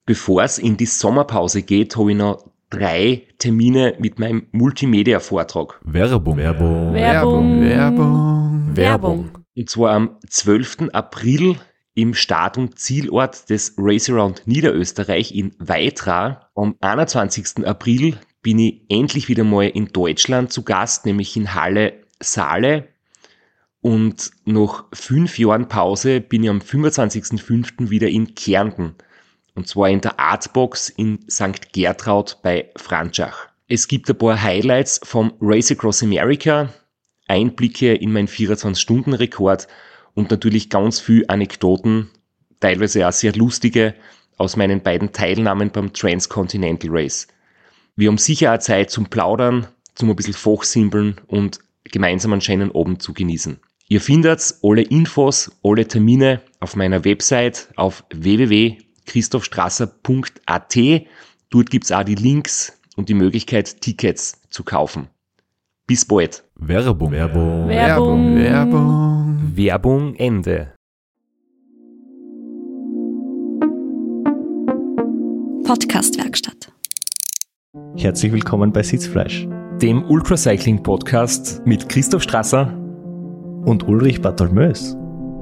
Bevor es in die Sommerpause geht, habe ich noch 3 Termine mit meinem Multimedia-Vortrag. Werbung. Und zwar am 12. April im Start- und Zielort des Race Around Niederösterreich in Weitra. Am 21. April bin ich endlich wieder mal in Deutschland zu Gast, nämlich in Halle Saale. Und nach 5 Jahren Pause bin ich am 25.05. wieder in Kärnten. Und zwar in der Artbox in St. Gertraud bei Franschach. Es gibt ein paar Highlights vom Race Across America, Einblicke in meinen 24-Stunden-Rekord und natürlich ganz viele Anekdoten, teilweise auch sehr lustige, aus meinen beiden Teilnahmen beim Transcontinental Race. Wir haben sicher auch Zeit zum Plaudern, zum ein bisschen fachsimpeln und gemeinsam einen schönen Abend zu genießen. Ihr findet alle Infos, alle Termine auf meiner Website auf www.christophstrasser.at. Dort gibt's auch die Links und die Möglichkeit, Tickets zu kaufen. Bis bald. Werbung. Werbung Ende. Podcast-Werkstatt. Herzlich willkommen bei Sitzfleisch Dem Ultracycling-Podcast mit Christoph Strasser und Ulrich Bartholmös.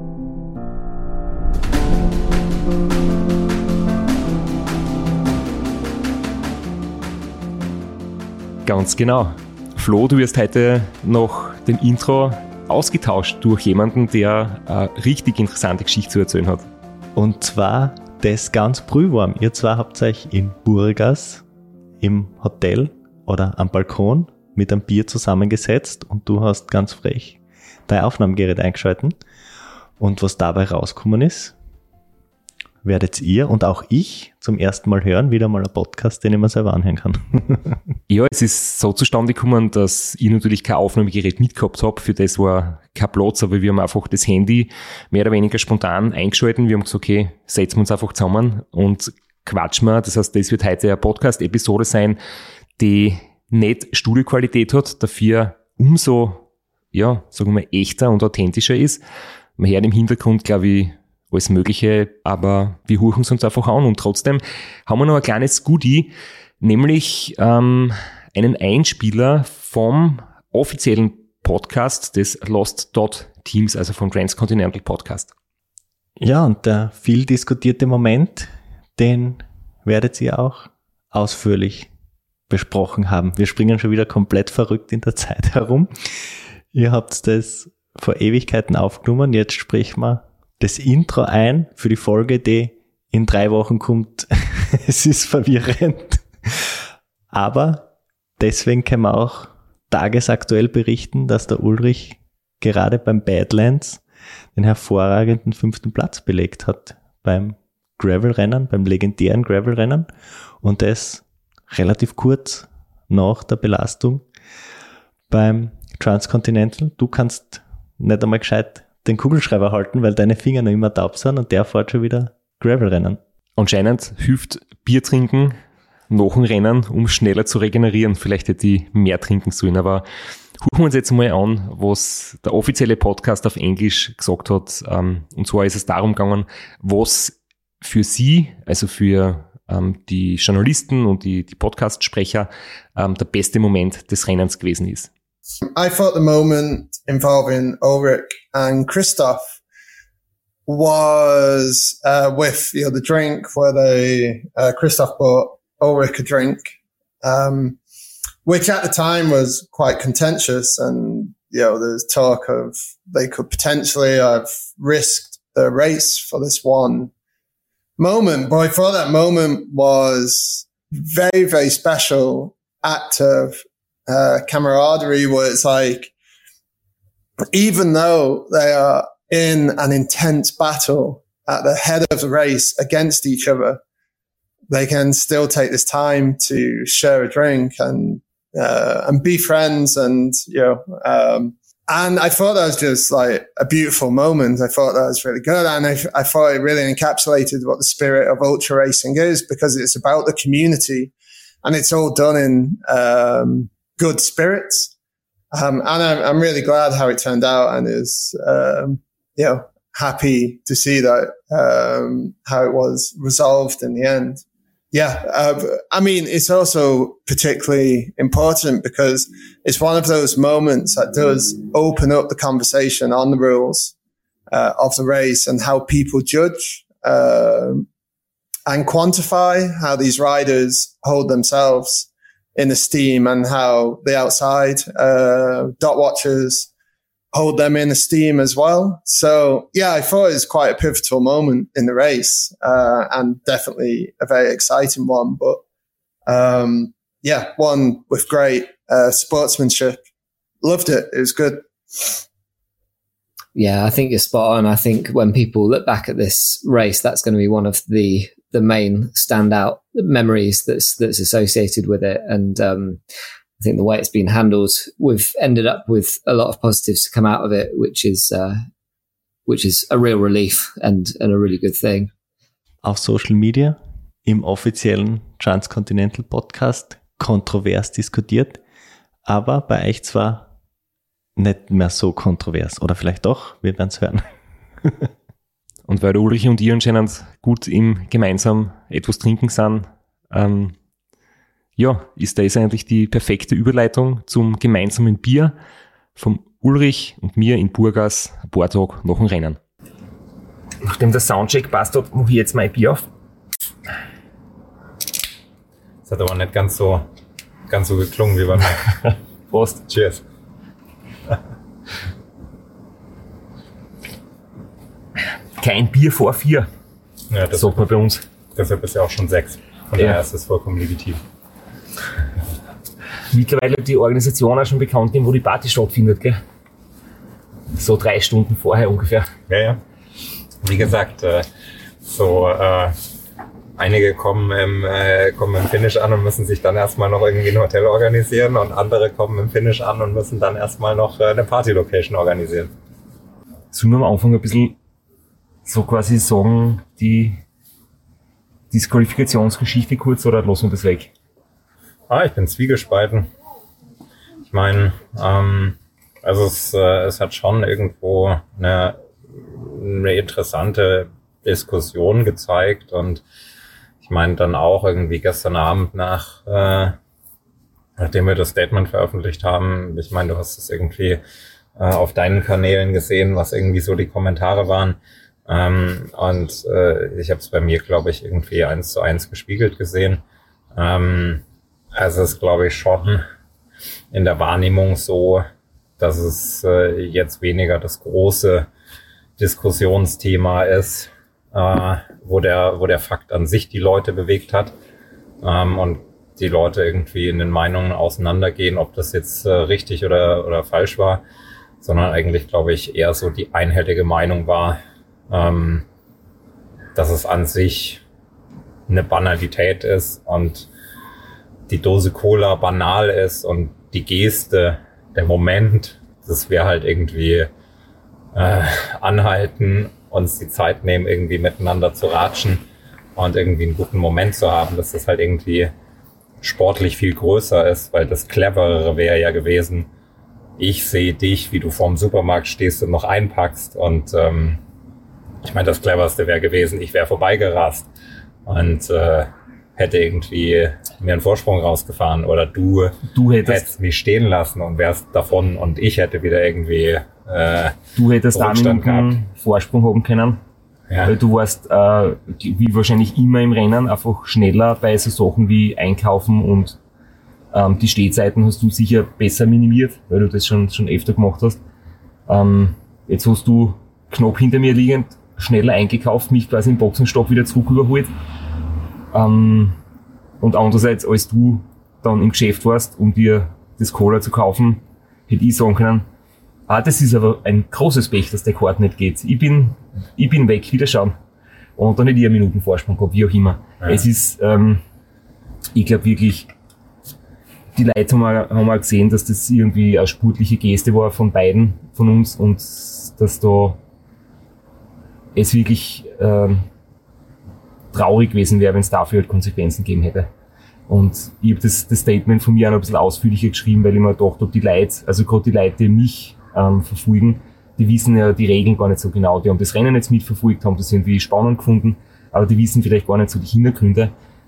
Ganz genau. Flo, du wirst heute nach dem Intro ausgetauscht durch jemanden, der eine richtig interessante Geschichte zu erzählen hat. Und zwar das ganz brühwarm. Ihr zwei habt euch in Burgas im Hotel oder am Balkon mit einem Bier zusammengesetzt und du hast ganz frech dein Aufnahmegerät eingeschalten. Und was dabei rausgekommen ist, werdet ihr und auch ich zum ersten Mal hören, wieder mal ein Podcast, den ich mir selber anhören kann. Ja, es ist so zustande gekommen, dass ich natürlich kein Aufnahmegerät mitgehabt habe. Für das war kein Platz, aber wir haben einfach das Handy mehr oder weniger spontan eingeschalten. Wir haben gesagt, okay, setzen wir uns einfach zusammen und quatschen wir. Das heißt, das wird heute eine Podcast-Episode sein, die nicht Studioqualität hat, dafür umso, ja, sagen wir mal, echter und authentischer ist. Man hört im Hintergrund, glaube ich, alles Mögliche, aber wir huchen es uns einfach an und trotzdem haben wir noch ein kleines Goodie, nämlich einen Einspieler vom offiziellen Podcast des Lost Dot Teams, also vom Transcontinental Podcast. Ja, und der viel diskutierte Moment, den werdet ihr auch ausführlich besprochen haben. Wir springen schon wieder komplett verrückt in der Zeit herum. Ihr habt das vor Ewigkeiten aufgenommen, jetzt sprechen wir das Intro ein für die Folge, die in 3 Wochen kommt. Es ist verwirrend. Aber deswegen können wir auch tagesaktuell berichten, dass der Ulrich gerade beim Badlands den hervorragenden 5. Platz belegt hat beim Gravelrennen, beim legendären Gravelrennen. Und das relativ kurz nach der Belastung beim Transcontinental. Du kannst nicht einmal gescheit den Kugelschreiber halten, weil deine Finger noch immer taub sind und der fährt schon wieder Gravelrennen. Anscheinend hilft Bier trinken nach dem Rennen, um schneller zu regenerieren. Vielleicht hätte ich mehr trinken sollen, aber gucken wir uns jetzt mal an, was der offizielle Podcast auf Englisch gesagt hat. Und zwar ist es darum gegangen, was für Sie, also für die Journalisten und die Podcast-Sprecher, der beste Moment des Rennens gewesen ist. I thought the moment involving Ulrich and Christoph was with the drink where Christoph bought Ulrich a drink, which at the time was quite contentious, and there's talk of they could potentially have risked the race for this one moment. But I thought that moment was very, very special act of camaraderie, where it's like, even though they are in an intense battle at the head of the race against each other, they can still take this time to share a drink and be friends. And and I thought that was just like a beautiful moment. I thought that was really good, and I thought it really encapsulated what the spirit of ultra racing is, because it's about the community, and it's all done in good spirits. And I'm really glad how it turned out, and is, happy to see that, how it was resolved in the end. I mean, it's also particularly important because it's one of those moments that does open up the conversation on the rules of the race and how people judge and quantify how these riders hold themselves in esteem and how the outside dot watchers hold them in esteem as well. So yeah, I thought it was quite a pivotal moment in the race, and definitely a very exciting one. But one with great sportsmanship. Loved it. It was good. Yeah, I think you're spot on. I think when people look back at this race, that's going to be one of the main standout memories that's associated with it. And I think the way it's been handled, we've ended up with a lot of positives to come out of it, which is a real relief and a really good thing. Auf Social Media, im offiziellen Transcontinental Podcast, kontrovers diskutiert, aber bei euch zwar nicht mehr so kontrovers. Oder vielleicht doch, wir werden es hören. Und weil der Ulrich und ich anscheinend gut im gemeinsam etwas trinken sind, ist das eigentlich die perfekte Überleitung zum gemeinsamen Bier vom Ulrich und mir in Burgas ein paar Tage nach dem Rennen. Nachdem der Soundcheck passt hat, mache ich jetzt mein Bier auf. Das hat aber nicht ganz so geklungen wie bei mir. Prost. Cheers. Kein Bier vor 4, ja, das sagt man bei uns. Deshalb ist ja auch schon 6. Von daher ist das vollkommen legitim. Mittlerweile hat die Organisation auch schon bekannt gegeben, wo die Party stattfindet, gell? So 3 Stunden vorher ungefähr. Ja. Wie gesagt, einige kommen im Finish an und müssen sich dann erstmal noch irgendwie ein Hotel organisieren und andere kommen im Finish an und müssen dann erstmal noch eine Party-Location organisieren. Sollen wir am Anfang ein bisschen so quasi sagen, die Disqualifikationsgeschichte kurz, oder lassen wir das weg? Ich bin zwiegespalten. Ich meine, es hat schon irgendwo eine interessante Diskussion gezeigt, und ich meine dann auch irgendwie gestern Abend nachdem wir das Statement veröffentlicht haben, ich meine, du hast es irgendwie auf deinen Kanälen gesehen, was irgendwie so die Kommentare waren, und ich habe es bei mir, glaube ich, irgendwie 1:1 gespiegelt gesehen. Also es ist, glaube ich, schon in der Wahrnehmung so, dass es jetzt weniger das große Diskussionsthema ist, wo der Fakt an sich die Leute bewegt hat, und die Leute irgendwie in den Meinungen auseinandergehen, ob das jetzt richtig oder falsch war, sondern eigentlich, glaube ich, eher so die einhellige Meinung war, dass es an sich eine Banalität ist und die Dose Cola banal ist und die Geste, der Moment, das wäre halt irgendwie anhalten, uns die Zeit nehmen, irgendwie miteinander zu ratschen und irgendwie einen guten Moment zu haben, dass das halt irgendwie sportlich viel größer ist, weil das Cleverere wäre ja gewesen, ich sehe dich, wie du vorm Supermarkt stehst und noch einpackst, und ich meine, das Cleverste wäre gewesen, ich wäre vorbeigerast und hätte irgendwie mir einen Vorsprung rausgefahren, oder du hättest mich stehen lassen und wärst davon, und ich hätte wieder irgendwie du hättest da einen Vorsprung haben können, weil du warst wie wahrscheinlich immer im Rennen einfach schneller bei so Sachen wie Einkaufen, und die Stehzeiten hast du sicher besser minimiert, weil du das schon öfter gemacht hast. Jetzt hast du knapp hinter mir liegend schneller eingekauft, mich quasi im Boxenstopp wieder zurück überholt. Und andererseits, als du dann im Geschäft warst, um dir das Cola zu kaufen, hätte ich sagen können, das ist aber ein großes Pech, dass der Kart nicht geht. Ich bin weg, wieder schauen. Und dann hätte ich 1 Minuten Vorsprung gehabt, wie auch immer. Ja. Es ist, ich glaube wirklich, die Leute haben auch gesehen, dass das irgendwie eine sportliche Geste war von beiden, von uns, und dass da es wirklich traurig gewesen wäre, wenn es dafür halt Konsequenzen gegeben hätte. Und ich habe das Statement von mir auch noch ein bisschen ausführlicher geschrieben, weil ich mir gedacht habe, die Leute, also gerade die Leute, die mich verfolgen, die wissen ja die Regeln gar nicht so genau. Die haben das Rennen jetzt mitverfolgt, haben das irgendwie spannend gefunden, aber die wissen vielleicht gar nicht so die Hintergründe.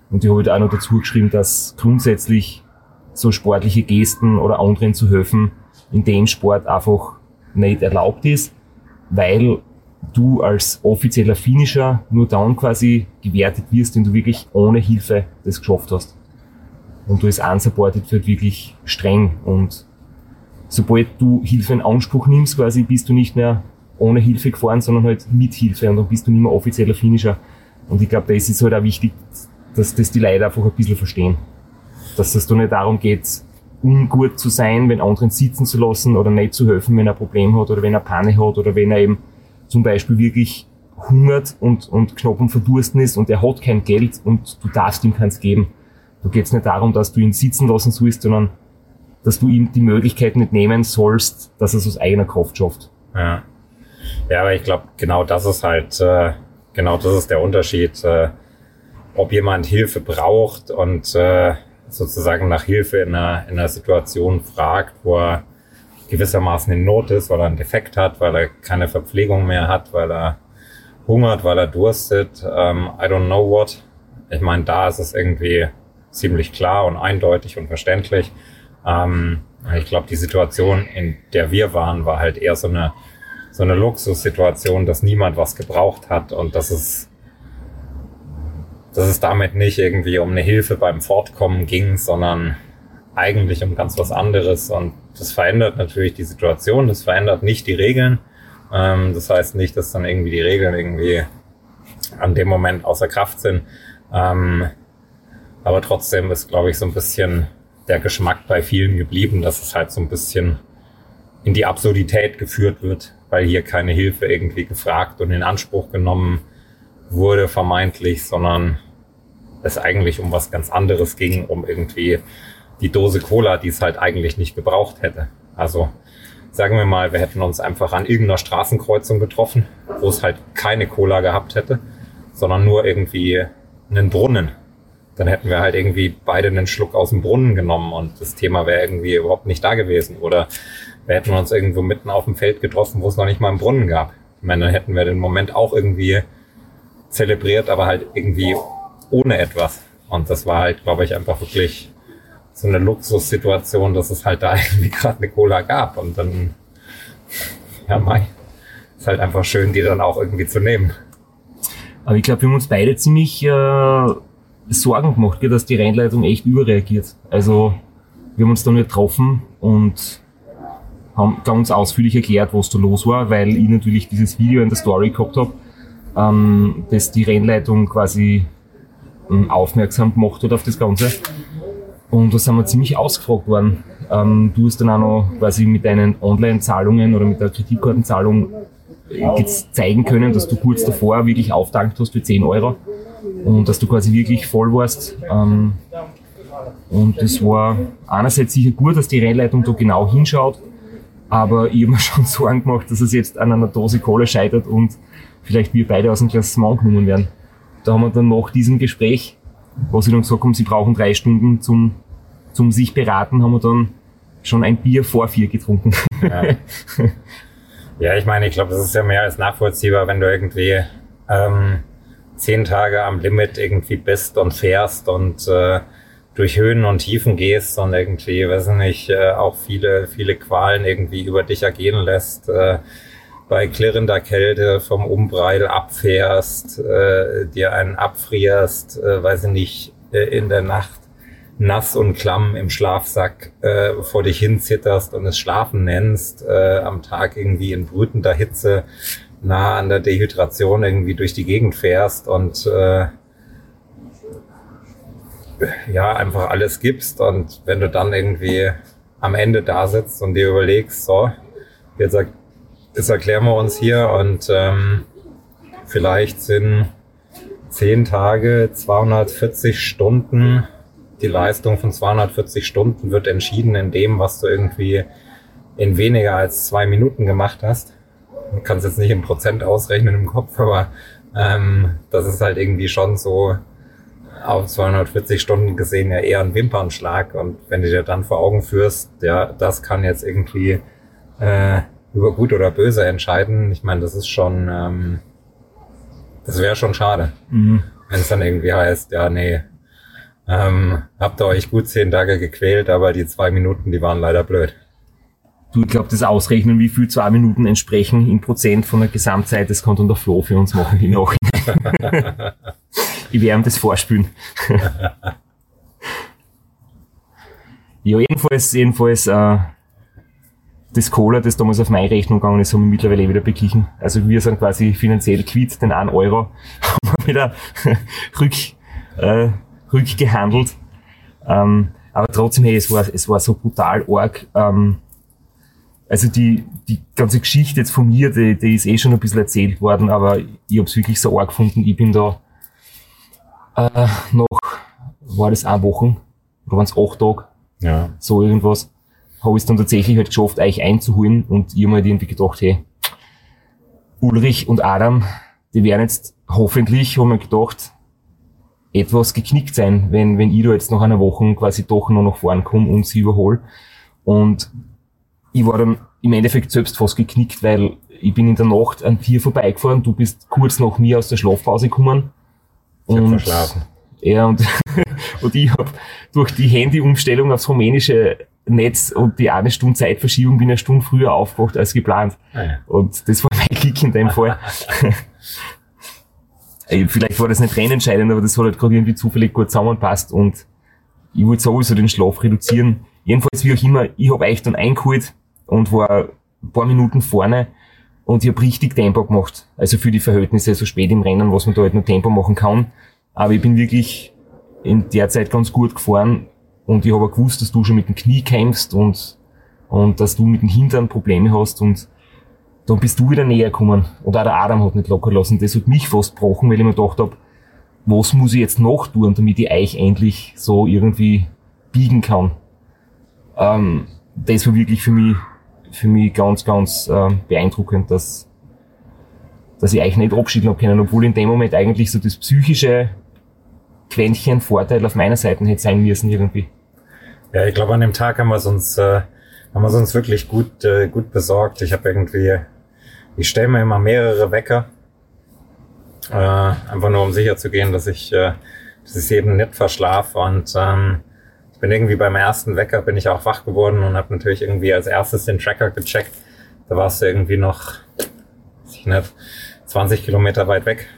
Und ich habe halt auch noch dazu geschrieben, dass grundsätzlich so sportliche Gesten oder anderen zu helfen in dem Sport einfach nicht erlaubt ist, weil du als offizieller Finisher nur dann quasi gewertet wirst, wenn du wirklich ohne Hilfe das geschafft hast. Und du als Unsupported wird wirklich streng. Und sobald du Hilfe in Anspruch nimmst, quasi bist du nicht mehr ohne Hilfe gefahren, sondern halt mit Hilfe und dann bist du nicht mehr offizieller Finisher. Und ich glaube, da ist es halt auch wichtig, dass das die Leute einfach ein bisschen verstehen. Dass es da nicht darum geht, ungut zu sein, wenn anderen sitzen zu lassen oder nicht zu helfen, wenn er ein Problem hat oder wenn er Panne hat oder wenn er eben zum Beispiel wirklich hungert und knapp am Verdursten ist und er hat kein Geld und du darfst ihm keins geben. Da geht es nicht darum, dass du ihn sitzen lassen sollst, sondern dass du ihm die Möglichkeit nicht nehmen sollst, dass er es aus eigener Kraft schafft. Ja, aber ich glaube, genau das ist halt, genau das ist der Unterschied, ob jemand Hilfe braucht und sozusagen nach Hilfe in einer Situation fragt, wo er gewissermaßen in Not ist, weil er einen Defekt hat, weil er keine Verpflegung mehr hat, weil er hungert, weil er durstet, I don't know what. Ich meine, da ist es irgendwie ziemlich klar und eindeutig und verständlich. Ich glaube, die Situation, in der wir waren, war halt eher so eine Luxussituation, dass niemand was gebraucht hat und dass es damit nicht irgendwie um eine Hilfe beim Fortkommen ging, sondern eigentlich um ganz was anderes. Und das verändert natürlich die Situation, das verändert nicht die Regeln. Das heißt nicht, dass dann irgendwie die Regeln irgendwie an dem Moment außer Kraft sind. Aber trotzdem ist, glaube ich, so ein bisschen der Geschmack bei vielen geblieben, dass es halt so ein bisschen in die Absurdität geführt wird, weil hier keine Hilfe irgendwie gefragt und in Anspruch genommen wurde, vermeintlich, sondern es eigentlich um was ganz anderes ging, um irgendwie die Dose Cola, die es halt eigentlich nicht gebraucht hätte. Also sagen wir mal, wir hätten uns einfach an irgendeiner Straßenkreuzung getroffen, wo es halt keine Cola gehabt hätte, sondern nur irgendwie einen Brunnen. Dann hätten wir halt irgendwie beide einen Schluck aus dem Brunnen genommen und das Thema wäre irgendwie überhaupt nicht da gewesen. Oder wir hätten uns irgendwo mitten auf dem Feld getroffen, wo es noch nicht mal einen Brunnen gab. Ich meine, dann hätten wir den Moment auch irgendwie zelebriert, aber halt irgendwie ohne etwas. Und das war halt, glaube ich, einfach wirklich so eine Luxussituation, dass es halt da irgendwie gerade eine Cola gab. Und dann, ja, ist halt einfach schön, die dann auch irgendwie zu nehmen. Aber ich glaube, wir haben uns beide ziemlich Sorgen gemacht, dass die Rennleitung echt überreagiert. Also wir haben uns dann nicht getroffen und haben ganz ausführlich erklärt, was da los war, weil ich natürlich dieses Video in der Story gehabt habe, das die Rennleitung quasi aufmerksam gemacht hat auf das Ganze. Und da sind wir ziemlich ausgefragt worden. Du hast dann auch noch quasi mit deinen Online-Zahlungen oder mit der Kreditkartenzahlung zeigen können, dass du kurz davor wirklich auftankt hast für 10 Euro und dass du quasi wirklich voll warst. Und das war einerseits sicher gut, dass die Rennleitung da genau hinschaut, aber ich habe mir schon Sorgen gemacht, dass es jetzt an einer Dose Cola scheitert und vielleicht wir beide aus dem Klassement genommen werden. Da haben wir dann nach diesem Gespräch, wo sie dann gesagt haben, sie brauchen 3 Stunden zum sich beraten, haben wir dann schon ein Bier vor 4 getrunken. Ja. Ja, ich meine, ich glaube, das ist ja mehr als nachvollziehbar, wenn du irgendwie 10 Tage am Limit irgendwie bist und fährst und durch Höhen und Tiefen gehst und irgendwie, weiß ich nicht, auch viele Qualen irgendwie über dich ergehen lässt, bei klirrender Kälte vom Umbreil abfährst, dir einen abfrierst, weiß ich nicht, in der Nacht nass und klamm im Schlafsack vor dich hin zitterst und es Schlafen nennst, am Tag irgendwie in brütender Hitze nah an der Dehydration irgendwie durch die Gegend fährst und ja, einfach alles gibst. Und wenn du dann irgendwie am Ende da sitzt und dir überlegst, so, jetzt erklären wir uns hier und vielleicht sind 10 Tage, 240 Stunden, die Leistung von 240 Stunden wird entschieden in dem, was du irgendwie in weniger als 2 Minuten gemacht hast. Du kannst jetzt nicht in Prozent ausrechnen im Kopf, aber das ist halt irgendwie schon so auf 240 Stunden gesehen ja eher ein Wimpernschlag. Und wenn du dir dann vor Augen führst, ja, das kann jetzt irgendwie über gut oder böse entscheiden. Ich meine, das ist schon, das wäre schon schade. Mhm. Wenn es dann irgendwie heißt, ja, nee, Habt ihr euch gut 10 Tage gequält, aber die 2 Minuten, die waren leider blöd. Du, ich glaube, das Ausrechnen, wie viel 2 Minuten entsprechen in Prozent von der Gesamtzeit, das kann dann der Flo für uns machen im Nachhinein. Ich werde ihm das vorspülen. Ja, jedenfalls das Cola, das damals auf meine Rechnung gegangen ist, haben wir mittlerweile wieder beglichen. Also wir sind quasi finanziell quitt, den 1 Euro haben wir wieder rückgehandelt. Aber trotzdem, hey, es war so brutal arg. Also die ganze Geschichte jetzt von mir, die ist eh schon ein bisschen erzählt worden, aber ich habe es wirklich so arg gefunden. Ich bin da war das 1 Wochen, oder waren es 8 Tage, Ja. so irgendwas, habe ich es dann tatsächlich halt geschafft, euch einzuholen, und ich habe mir halt irgendwie gedacht, hey, Ulrich und Adam, die werden jetzt hoffentlich, haben wir gedacht, etwas geknickt sein, wenn ich da jetzt nach einer Woche quasi doch noch nach vorn komme und sie überhole. Und ich war dann im Endeffekt selbst fast geknickt, weil ich bin in der Nacht an dir vorbeigefahren, du bist kurz nach mir aus der Schlafpause gekommen. Ich hab Und verschlafen. ja, und ich habe durch die Handyumstellung aufs rumänische Netz und die 1 Stunde Zeitverschiebung bin 1 Stunde früher aufgewacht als geplant. Ah, ja. Und das war mein Kick in dem Fall. Vielleicht war das nicht rennentscheidend, aber das hat halt gerade irgendwie zufällig gut zusammenpasst, und ich wollte sowieso den Schlaf reduzieren. Jedenfalls, wie auch immer, ich habe euch dann eingeholt und war ein paar Minuten vorne, und ich habe richtig Tempo gemacht. Also für die Verhältnisse so spät im Rennen, was man da halt noch Tempo machen kann. Aber ich bin wirklich in der Zeit ganz gut gefahren, und ich habe auch gewusst, dass du schon mit dem Knie kämpfst und dass du mit dem Hintern Probleme hast, und dann bist du wieder näher gekommen. Und auch der Adam hat nicht locker lassen. Das hat mich fast gebrochen, weil ich mir gedacht habe, was muss ich jetzt noch tun, damit ich euch endlich so irgendwie biegen kann. Das war wirklich für mich ganz, ganz beeindruckend, dass ich euch nicht abschieden habe können, obwohl in dem Moment eigentlich so das psychische Quäntchen Vorteil auf meiner Seite hätte sein müssen irgendwie. Ja, ich glaube, an dem Tag haben wir es uns wirklich gut besorgt. Ich stelle mir immer mehrere Wecker, einfach nur um sicher zu gehen, dass ich eben nicht verschlafe, und ich bin irgendwie beim ersten Wecker bin ich auch wach geworden und habe natürlich irgendwie als erstes den Tracker gecheckt. Da warst du irgendwie noch, weiß ich nicht, 20 Kilometer weit weg.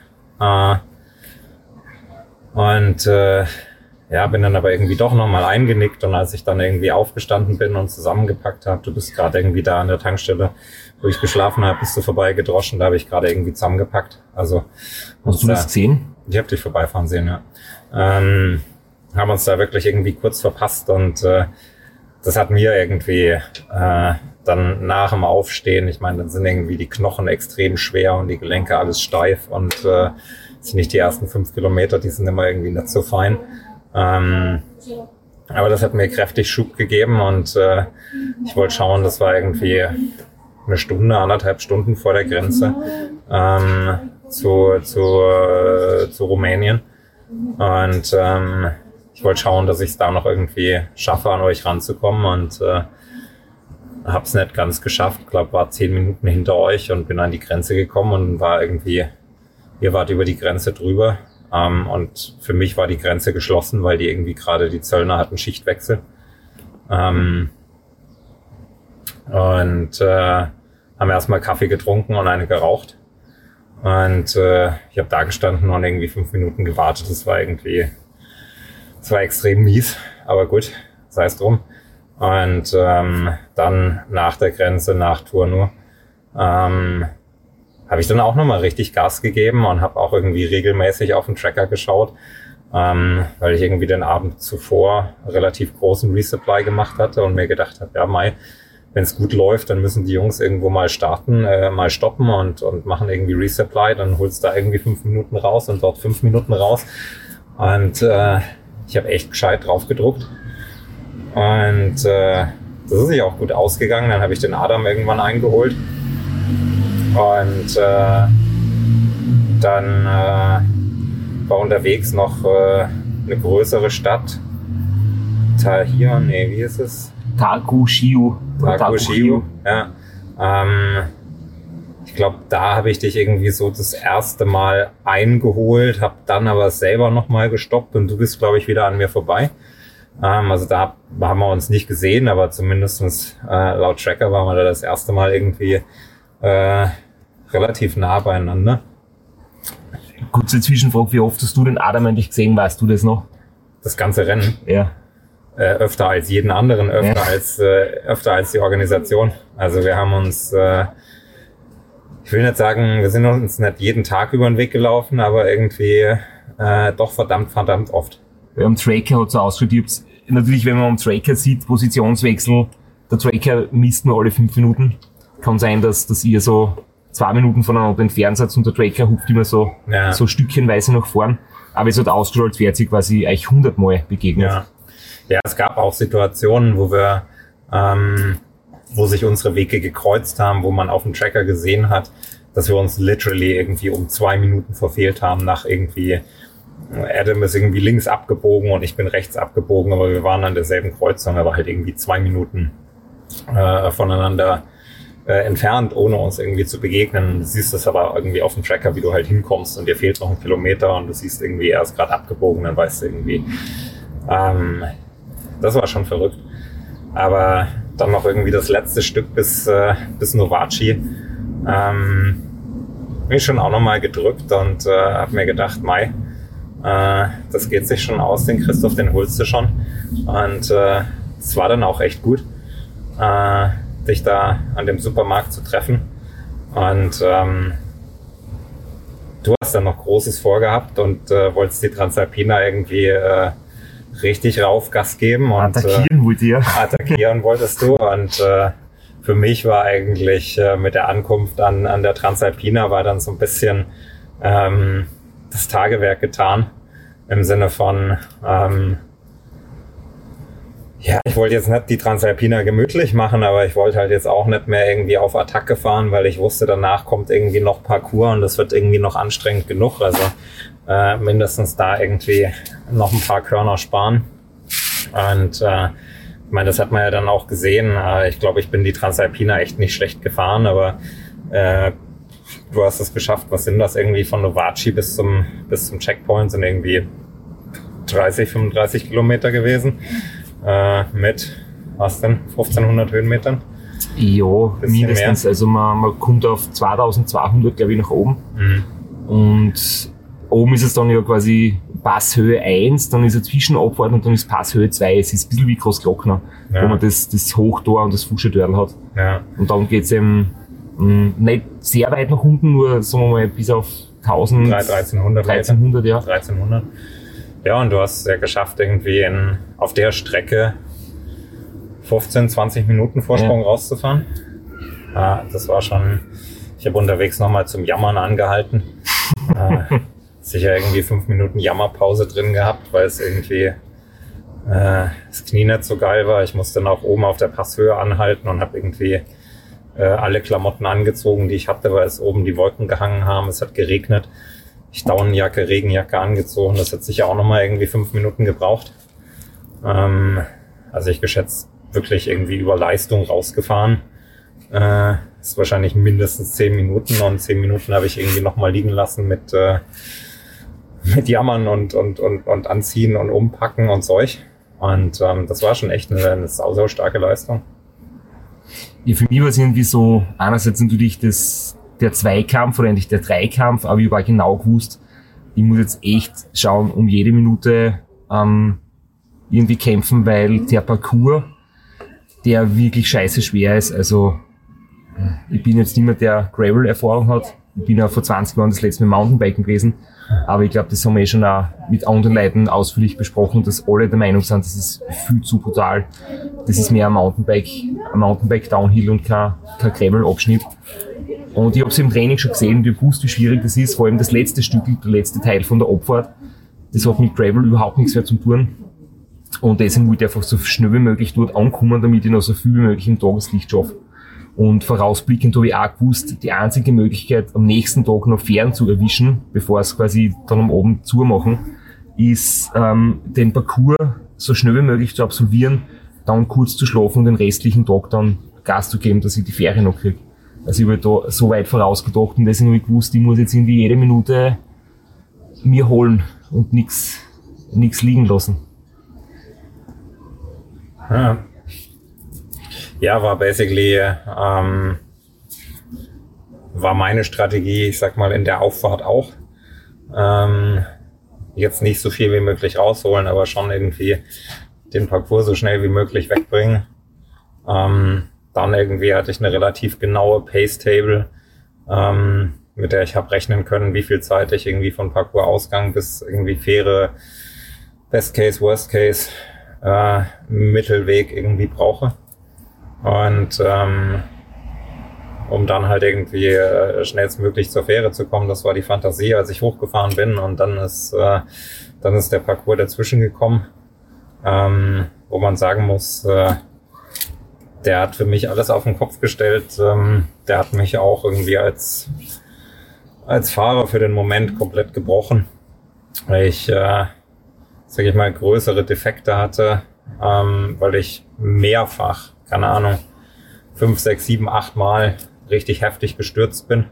Bin dann aber irgendwie doch nochmal eingenickt, und als ich dann irgendwie aufgestanden bin und zusammengepackt habe, du bist gerade irgendwie da an der Tankstelle, wo ich geschlafen habe, bist du vorbeigedroschen, da habe ich gerade irgendwie zusammengepackt. Also hast du das gesehen? Ich habe dich vorbeifahren sehen, ja. Haben uns da wirklich irgendwie kurz verpasst, und das hat mir irgendwie dann nach dem Aufstehen, ich meine, dann sind irgendwie die Knochen extrem schwer und die Gelenke alles steif, und sind nicht die ersten 5 Kilometer, die sind immer irgendwie nicht so fein. Aber das hat mir kräftig Schub gegeben, und ich wollte schauen, das war irgendwie 1 Stunde, 1,5 Stunden vor der Grenze zu Rumänien. Und ich wollte schauen, dass ich es da noch irgendwie schaffe, an euch ranzukommen, und habe es nicht ganz geschafft. Ich glaube, war 10 Minuten hinter euch und bin an die Grenze gekommen und war irgendwie, ihr wart über die Grenze drüber. Und für mich war die Grenze geschlossen, weil die irgendwie gerade die Zöllner hatten Schichtwechsel. Haben erstmal Kaffee getrunken und eine geraucht. Und ich habe da gestanden und irgendwie 5 Minuten gewartet. Das war extrem mies, aber gut, sei es drum. Und dann nach der Grenze, nach Turnu, habe ich dann auch nochmal richtig Gas gegeben und habe auch irgendwie regelmäßig auf den Tracker geschaut, weil ich irgendwie den Abend zuvor relativ großen Resupply gemacht hatte und mir gedacht habe, ja Mai, wenn es gut läuft, dann müssen die Jungs irgendwo mal starten, mal stoppen und machen irgendwie Resupply, dann holst du da irgendwie 5 Minuten raus und dort 5 Minuten raus. Und ich habe echt gescheit drauf gedruckt. Und das ist sich auch gut ausgegangen. Dann habe ich den Adam irgendwann eingeholt. Und dann war unterwegs noch eine größere Stadt. Wie ist es? Takushiu, ja. Ich glaube, da habe ich dich irgendwie so das erste Mal eingeholt, habe dann aber selber nochmal gestoppt und du bist, glaube ich, wieder an mir vorbei. Also da haben wir uns nicht gesehen, aber zumindest laut Tracker waren wir da das erste Mal irgendwie relativ nah beieinander. Kurze Zwischenfrage, wie oft hast du den Adam eigentlich gesehen, weißt du das noch? Das ganze Rennen? Ja. Öfter als jeden anderen, öfter als die Organisation. Also wir haben uns, ich will nicht sagen, wir sind uns nicht jeden Tag über den Weg gelaufen, aber irgendwie doch verdammt oft. Am Tracker hat es so ausgeschaut, natürlich, wenn man am Tracker sieht, Positionswechsel, der Tracker misst nur alle 5 Minuten. Kann sein, dass ihr so 2 Minuten voneinander entfernt seid und der Tracker hupft immer so stückchenweise nach vorn. Aber es hat ausgeschaut, als wäre sie quasi euch 100 Mal begegnet. Ja, es gab auch Situationen, wo wir, wo sich unsere Wege gekreuzt haben, wo man auf dem Tracker gesehen hat, dass wir uns literally irgendwie um 2 Minuten verfehlt haben nach irgendwie, Adam ist irgendwie links abgebogen und ich bin rechts abgebogen, aber wir waren an derselben Kreuzung, aber halt irgendwie 2 Minuten voneinander entfernt, ohne uns irgendwie zu begegnen. Du siehst das aber irgendwie auf dem Tracker, wie du halt hinkommst und dir fehlt noch 1 Kilometer und du siehst irgendwie, er ist gerade abgebogen, dann weißt du irgendwie, das war schon verrückt. Aber dann noch irgendwie das letzte Stück bis Novaci, bin ich schon auch nochmal gedrückt und habe mir gedacht, das geht sich schon aus, den Christoph, den holst du schon. Und es war dann auch echt gut, dich da an dem Supermarkt zu treffen. Und du hast dann noch Großes vorgehabt und wolltest die Transalpina irgendwie richtig rauf Gas geben. Und attackieren wolltest du. Und für mich war eigentlich mit der Ankunft an der Transalpina war dann so ein bisschen das Tagewerk getan. Im Sinne von ich wollte jetzt nicht die Transalpina gemütlich machen, aber ich wollte halt jetzt auch nicht mehr irgendwie auf Attacke fahren, weil ich wusste, danach kommt irgendwie noch Parcours und das wird irgendwie noch anstrengend genug. Also mindestens da irgendwie noch ein paar Körner sparen. Und ich meine, das hat man ja dann auch gesehen. Ich glaube, ich bin die Transalpina echt nicht schlecht gefahren, aber du hast es geschafft. Was sind das irgendwie von Novaci bis zum Checkpoint? Sind irgendwie 30, 35 Kilometer gewesen. Mit, was denn, 1500 Höhenmetern? Ja, mindestens. Also man kommt auf 2200, glaube ich, nach oben. Und oben ist es dann ja quasi Passhöhe 1, dann ist eine Zwischenabfahrt und dann ist Passhöhe 2. Es ist ein bisschen wie Großglockner, wo man das Hochtor und das Fuschetörl hat. Ja. Und dann geht's eben nicht sehr weit nach unten, nur sagen wir mal bis auf 1300, ja. 1300. Ja, und du hast es ja geschafft, irgendwie auf der Strecke 15, 20 Minuten Vorsprung rauszufahren. Das war schon, ich habe unterwegs nochmal zum Jammern angehalten. Sicher irgendwie 5 Minuten Jammerpause drin gehabt, weil es irgendwie das Knie nicht so geil war. Ich musste dann auch oben auf der Passhöhe anhalten und habe irgendwie alle Klamotten angezogen, die ich hatte, weil es oben die Wolken gehangen haben. Es hat geregnet. Ich Daunenjacke, Regenjacke angezogen. Das hat sicher auch nochmal irgendwie 5 Minuten gebraucht. Also ich geschätzt wirklich irgendwie über Leistung rausgefahren. Ist wahrscheinlich mindestens 10 Minuten und 10 Minuten habe ich irgendwie nochmal liegen lassen mit Jammern und Anziehen und Umpacken und Zeug. Und das war schon echt eine sau starke Leistung. Ja, für mich war es irgendwie so, einerseits natürlich der Zweikampf oder eigentlich der Dreikampf, aber ich habe auch genau gewusst, ich muss jetzt echt schauen, um jede Minute irgendwie kämpfen, weil der Parcours, der wirklich scheiße schwer ist, also ich bin jetzt niemand, der Gravel-Erfahrung hat, ich bin auch vor 20 Jahren das letzte Mal Mountainbiken gewesen, aber ich glaube, das haben wir schon auch mit anderen Leuten ausführlich besprochen, dass alle der Meinung sind, das ist viel zu brutal. Das ist mehr ein Mountainbike Downhill und kein Gravel-Abschnitt. Und ich habe es im Training schon gesehen und ich habe gewusst, wie schwierig das ist, vor allem das letzte Stück, der letzte Teil von der Abfahrt. Das hat mit Gravel überhaupt nichts mehr zu tun. Und deswegen wollte ich einfach so schnell wie möglich dort ankommen, damit ich noch so viel wie möglich im Tageslicht schaffe. Und vorausblickend habe ich auch gewusst, die einzige Möglichkeit, am nächsten Tag noch Fähren zu erwischen, bevor es quasi dann am Abend zumachen, ist, den Parcours so schnell wie möglich zu absolvieren, dann kurz zu schlafen und den restlichen Tag dann Gas zu geben, dass ich die Fähre noch kriege. Also ich habe da so weit vorausgedacht und deswegen habe ich gewusst, ich muss jetzt irgendwie jede Minute mir holen und nichts liegen lassen. Ja, war basically, war meine Strategie, ich sag mal, in der Auffahrt auch. Jetzt nicht so viel wie möglich rausholen, aber schon irgendwie den Parcours so schnell wie möglich wegbringen. Dann irgendwie hatte ich eine relativ genaue Pace-Table, mit der ich habe rechnen können, wie viel Zeit ich irgendwie von Parcours-Ausgang bis irgendwie Fähre, Best Case, Worst Case, Mittelweg irgendwie brauche. Und um dann halt irgendwie schnellstmöglich zur Fähre zu kommen, das war die Fantasie, als ich hochgefahren bin, und dann ist der Parcours dazwischen gekommen, wo man sagen muss, der hat für mich alles auf den Kopf gestellt. Der hat mich auch irgendwie als Fahrer für den Moment komplett gebrochen, weil ich, sag ich mal, größere Defekte hatte, weil ich mehrfach, keine Ahnung, 5, 6, 7, 8 Mal richtig heftig gestürzt bin.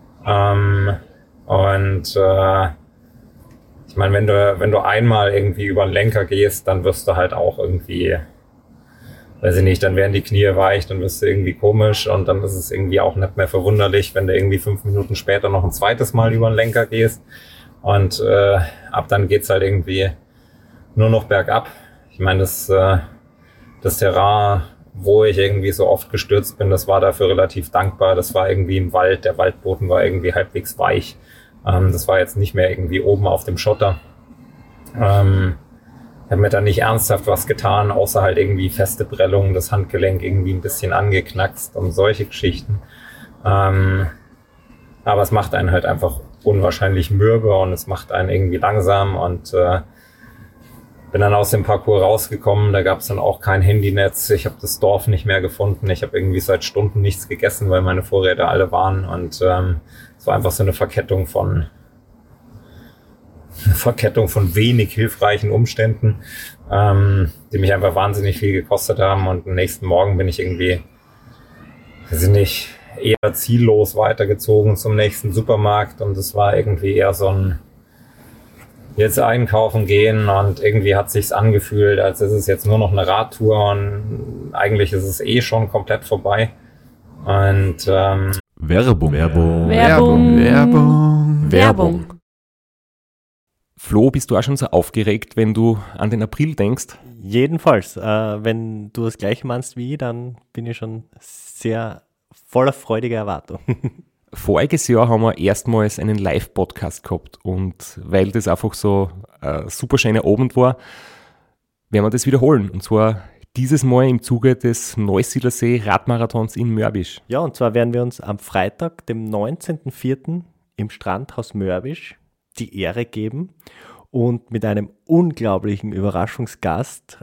Ich meine, wenn du einmal irgendwie über den Lenker gehst, dann wirst du halt auch irgendwie, weiß ich nicht, dann werden die Knie weich, dann wirst du irgendwie komisch, und dann ist es irgendwie auch nicht mehr verwunderlich, wenn du irgendwie 5 Minuten später noch ein zweites Mal über den Lenker gehst, und ab dann geht's halt irgendwie nur noch bergab. Ich meine, das Terrain, wo ich irgendwie so oft gestürzt bin, das war dafür relativ dankbar. Das war irgendwie im Wald, der Waldboden war irgendwie halbwegs weich. Das war jetzt nicht mehr irgendwie oben auf dem Schotter. Ich habe mir da nicht ernsthaft was getan, außer halt irgendwie feste Prellungen, das Handgelenk irgendwie ein bisschen angeknackst und solche Geschichten. Aber es macht einen halt einfach unwahrscheinlich mürbe, und es macht einen irgendwie langsam, und bin dann aus dem Parcours rausgekommen, da gab es dann auch kein Handynetz, ich habe das Dorf nicht mehr gefunden, ich habe irgendwie seit Stunden nichts gegessen, weil meine Vorräte alle waren, und es war einfach so eine Verkettung von wenig hilfreichen Umständen, die mich einfach wahnsinnig viel gekostet haben, und am nächsten Morgen bin ich irgendwie, weiß ich nicht, eher ziellos weitergezogen zum nächsten Supermarkt, und es war irgendwie eher so ein jetzt einkaufen gehen, und irgendwie hat sich's angefühlt, als ist es jetzt nur noch eine Radtour, und eigentlich ist es eh schon komplett vorbei. Und Werbung. Flo, bist du auch schon so aufgeregt, wenn du an den April denkst? Jedenfalls. Wenn du das Gleiche meinst wie ich, dann bin ich schon sehr voller freudiger Erwartung. Voriges Jahr haben wir erstmals einen Live-Podcast gehabt, und weil das einfach so ein super schöner Abend war, werden wir das wiederholen, und zwar dieses Mal im Zuge des Neusiedlersee Radmarathons in Mörbisch. Ja, und zwar werden wir uns am Freitag, dem 19.04. im Strandhaus Mörbisch die Ehre geben und mit einem unglaublichen Überraschungsgast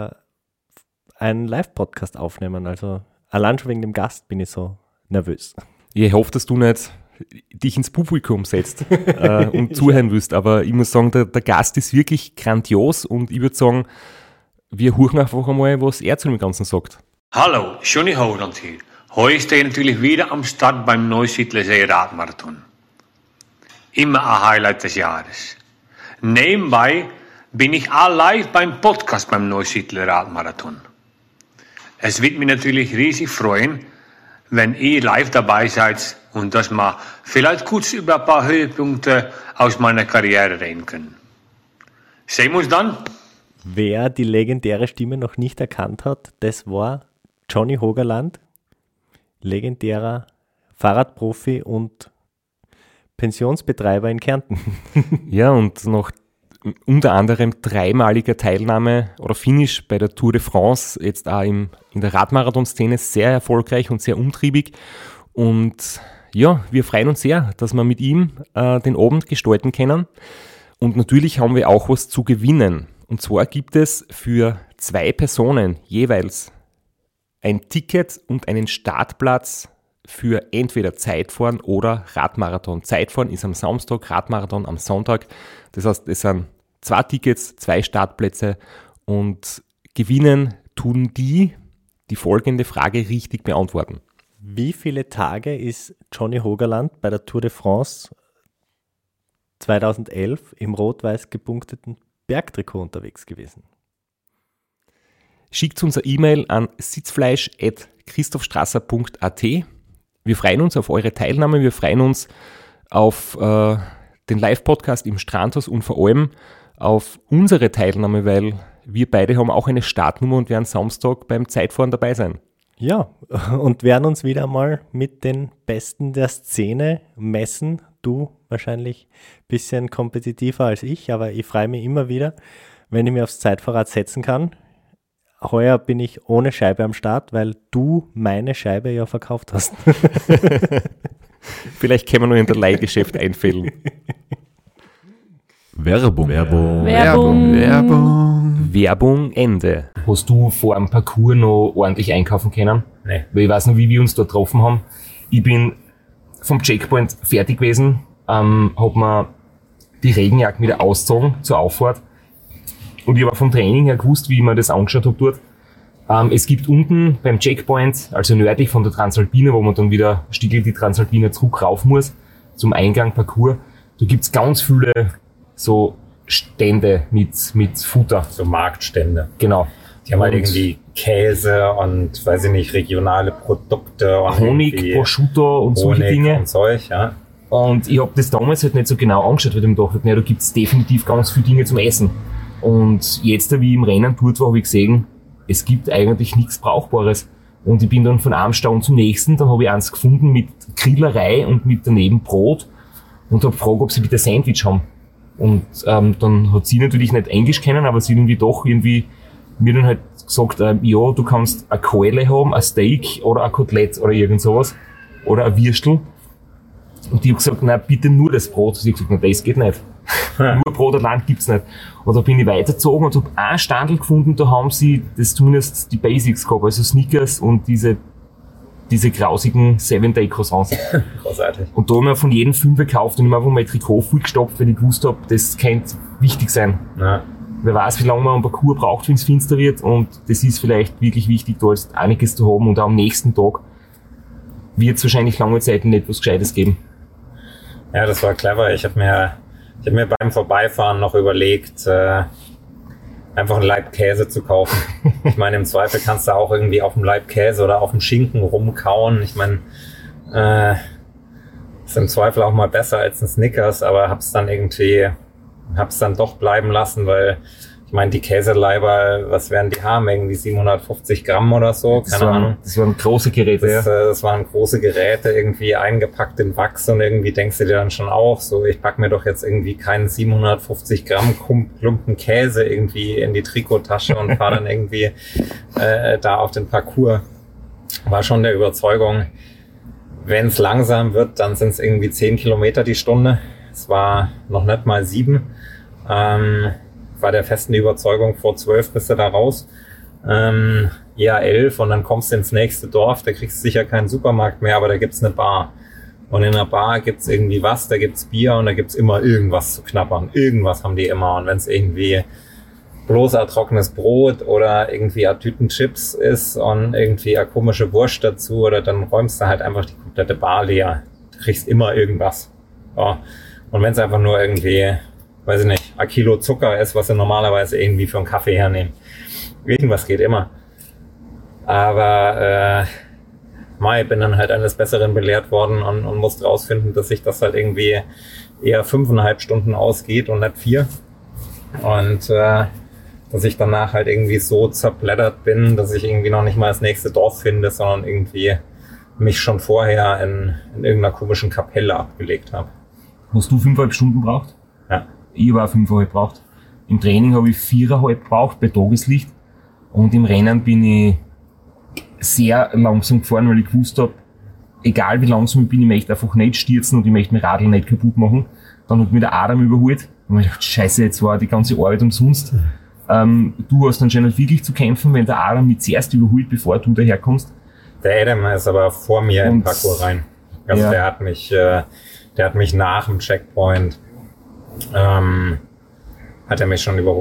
einen Live-Podcast aufnehmen. Also allein schon wegen dem Gast bin ich so nervös. Ich hoffe, dass du nicht dich ins Publikum setzt und zuhören willst, aber ich muss sagen, der Gast ist wirklich grandios, und ich würde sagen, wir hören einfach einmal, was er zu dem Ganzen sagt. Hallo, Johnny Hogeland hier. Heute stehe ich natürlich wieder am Start beim Neusiedlersee Radmarathon. Immer ein Highlight des Jahres. Nebenbei bin ich auch live beim Podcast beim Neusiedler Radmarathon. Es wird mich natürlich riesig freuen, wenn ihr live dabei seid und dass wir vielleicht kurz über ein paar Höhepunkte aus meiner Karriere reden können. Sehen wir uns dann. Wer die legendäre Stimme noch nicht erkannt hat, das war Johnny Hogeland, legendärer Fahrradprofi und Pensionsbetreiber in Kärnten. Ja, und noch unter anderem 3-maliger Teilnahme oder Finish bei der Tour de France, jetzt auch in der Radmarathon-Szene sehr erfolgreich und sehr umtriebig. Und ja, wir freuen uns sehr, dass wir mit ihm den Abend gestalten können. Und natürlich haben wir auch was zu gewinnen. Und zwar gibt es für 2 Personen jeweils ein Ticket und einen Startplatz für entweder Zeitfahren oder Radmarathon. Zeitfahren ist am Samstag, Radmarathon am Sonntag. Das heißt, es sind 2 Tickets, 2 Startplätze, und gewinnen tun die folgende Frage richtig beantworten. Wie viele Tage ist Johnny Hogerland bei der Tour de France 2011 im rot-weiß gepunkteten Bergtrikot unterwegs gewesen? Schickt uns eine E-Mail an sitzfleisch@christophstrasser.at. Wir freuen uns auf eure Teilnahme, wir freuen uns auf den Live-Podcast im Strandhaus und vor allem auf unsere Teilnahme, weil wir beide haben auch eine Startnummer und werden Samstag beim Zeitfahren dabei sein. Ja, und werden uns wieder mal mit den Besten der Szene messen. Du wahrscheinlich ein bisschen kompetitiver als ich, aber ich freue mich immer wieder, wenn ich mich aufs Zeitfahrrad setzen kann. Heuer bin ich ohne Scheibe am Start, weil du meine Scheibe ja verkauft hast. Vielleicht können wir noch in der Leihgeschäft einfällen. Werbung. Werbung Ende. Hast du vor dem Parcours noch ordentlich einkaufen können? Nee. Weil ich weiß noch, wie wir uns da getroffen haben. Ich bin vom Checkpoint fertig gewesen, hab mir die Regenjacken wieder ausgezogen zur Auffahrt. Und ich habe vom Training her gewusst, wie ich mir das angeschaut habe dort. Es gibt unten beim Checkpoint, also nördlich von der Transalpina, wo man dann wieder stiegelt die Transalpina zurück rauf muss, zum Eingang Parcours, da gibt's ganz viele so Stände mit Futter. So Marktstände. Genau. Die haben halt irgendwie Käse und, weiß ich nicht, regionale Produkte. Und Honig, Prosciutto und solche Dinge. Und Zeug, ja. Und ich habe das damals halt nicht so genau angeschaut, weil ich mir gedacht habe, da gibt's definitiv ganz viele Dinge zum Essen. Und jetzt, wie ich im Rennen dort war, habe ich gesehen, es gibt eigentlich nichts Brauchbares. Und ich bin dann von einem Stand zum nächsten, dann habe ich eins gefunden mit Grillerei und mit daneben Brot und habe gefragt, ob sie bitte Sandwich haben. Und dann hat sie natürlich nicht Englisch kennen, aber sie irgendwie doch irgendwie mir dann halt gesagt, ja, du kannst eine Keule haben, ein Steak oder ein Kotelett oder irgend sowas oder ein Würstel. Und die hat gesagt, nein, bitte nur das Brot. Sie hat gesagt, nein, das geht nicht. Nur Brot allein gibt's nicht. Und da bin ich weitergezogen und habe einen Standel gefunden, da haben sie das zumindest die Basics gehabt, also Snickers und diese grausigen 7-Day-Croissants. Großartig. Und da haben wir von jedem 5 gekauft und ich habe einfach mein Trikot vollgestopft, weil ich gewusst habe, das könnte wichtig sein. Ja. Wer weiß, wie lange man am Parcours braucht, wenn es finster wird, und das ist vielleicht wirklich wichtig, da jetzt einiges zu haben, und auch am nächsten Tag wird es wahrscheinlich lange Zeit nicht etwas Gescheites geben. Ja, das war clever. Ich hab mir beim Vorbeifahren noch überlegt, einfach einen Laib Käse zu kaufen. Ich meine, im Zweifel kannst du auch irgendwie auf dem Laib Käse oder auf dem Schinken rumkauen. Ich meine, ist im Zweifel auch mal besser als ein Snickers, aber hab's dann doch bleiben lassen, weil ich meine, die Käseleiber, was werden die haben? Irgendwie 750 Gramm oder so, keine Ahnung. Das waren große Geräte, Das waren große Geräte, irgendwie eingepackt in Wachs, und irgendwie denkst du dir dann schon auch so, ich pack mir doch jetzt irgendwie keinen 750 Gramm Klumpen Käse irgendwie in die Trikottasche und fahre dann irgendwie da auf den Parcours. War schon der Überzeugung, wenn es langsam wird, dann sind es irgendwie 10 Kilometer die Stunde. Es war noch nicht mal 7. War der festen Überzeugung, vor 12 bist du da raus. Eher 11, und dann kommst du ins nächste Dorf, da kriegst du sicher keinen Supermarkt mehr, aber da gibt's eine Bar. Und in der Bar gibt's irgendwie was, da gibt's Bier und da gibt's immer irgendwas zu knabbern. Irgendwas haben die immer, und wenn es irgendwie bloß ein trockenes Brot oder irgendwie ein Tüten Chips ist und irgendwie eine komische Wurst dazu, oder dann räumst du halt einfach die komplette Bar leer. Du kriegst immer irgendwas. Ja. Und wenn es einfach nur irgendwie, weiß ich nicht, ein Kilo Zucker ist, was sie normalerweise irgendwie für einen Kaffee hernehmen. Irgendwas geht immer. Aber ich bin dann halt eines Besseren belehrt worden und musste rausfinden, dass sich das halt irgendwie eher 5,5 Stunden ausgeht und nicht 4. Und dass ich danach halt irgendwie so zerblättert bin, dass ich irgendwie noch nicht mal das nächste Dorf finde, sondern irgendwie mich schon vorher in irgendeiner komischen Kapelle abgelegt habe. Hast du 5,5 Stunden gebraucht? Ja. Ich habe auch 5,5 gebraucht. Im Training habe ich 4,5 gebraucht bei Tageslicht. Und im Rennen bin ich sehr langsam gefahren, weil ich gewusst habe, egal wie langsam ich bin, ich möchte einfach nicht stürzen und ich möchte mein Radl nicht kaputt machen. Dann hat mich der Adam überholt. Und ich dachte, scheiße, jetzt war die ganze Arbeit umsonst. Du hast anscheinend wirklich zu kämpfen, wenn der Adam mich zuerst überholt, bevor du daherkommst. Der Adam ist aber vor mir im Parcours rein. Also ja. Der hat mich nach dem Checkpoint hat er mich schon überholt.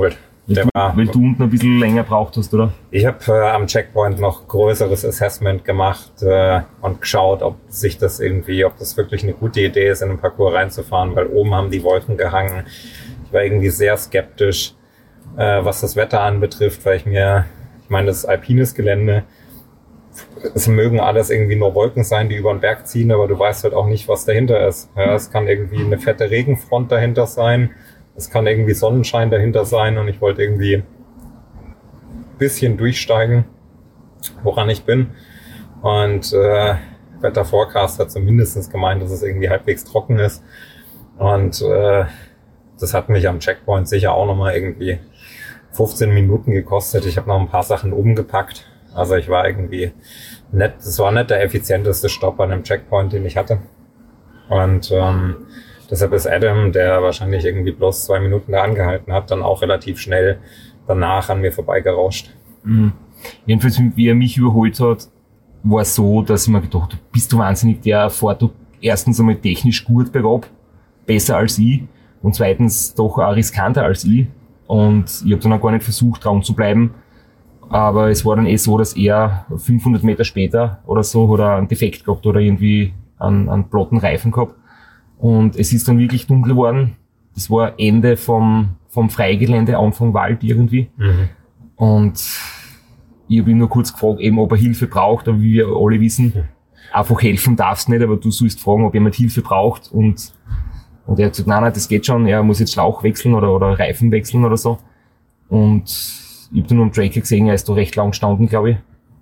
Weil du unten ein bisschen länger braucht hast, oder? Ich habe am Checkpoint noch größeres Assessment gemacht und geschaut, ob das wirklich eine gute Idee ist, in den Parcours reinzufahren, weil oben haben die Wolken gehangen. Ich war irgendwie sehr skeptisch, was das Wetter anbetrifft, weil das ist alpines Gelände. Es mögen alles irgendwie nur Wolken sein, die über den Berg ziehen, aber du weißt halt auch nicht, was dahinter ist. Ja, es kann irgendwie eine fette Regenfront dahinter sein. Es kann irgendwie Sonnenschein dahinter sein und ich wollte irgendwie ein bisschen durchsteigen, woran ich bin. Und Wetterforecast hat zumindest gemeint, dass es irgendwie halbwegs trocken ist. Und das hat mich am Checkpoint sicher auch nochmal irgendwie 15 Minuten gekostet. Ich habe noch ein paar Sachen umgepackt. Also ich war irgendwie nett. Das war nicht der effizienteste Stopp an einem Checkpoint, den ich hatte. Und deshalb ist Adam, der wahrscheinlich irgendwie bloß 2 Minuten da angehalten hat, dann auch relativ schnell danach an mir vorbeigerauscht. Mhm. Jedenfalls, wie er mich überholt hat, war es so, dass ich mir gedacht habe, bist du wahnsinnig, der fährt doch erstens einmal technisch gut bergab, besser als ich und zweitens doch auch riskanter als ich. Und ich habe dann auch gar nicht versucht, dran zu bleiben. Aber es war dann so, dass er 500 Meter später oder so hat er einen Defekt gehabt oder irgendwie einen platten Reifen gehabt. Und es ist dann wirklich dunkel geworden. Das war Ende vom Freigelände, Anfang Wald irgendwie. Mhm. Und ich habe ihn nur kurz gefragt, eben, ob er Hilfe braucht, aber wie wir alle wissen, einfach helfen darfst nicht, aber du sollst fragen, ob jemand Hilfe braucht. Und er hat gesagt, nein, das geht schon, er muss jetzt Schlauch wechseln oder Reifen wechseln oder so. Und ich habe dann am Tracker gesehen, er ist da recht lang gestanden, glaube ich.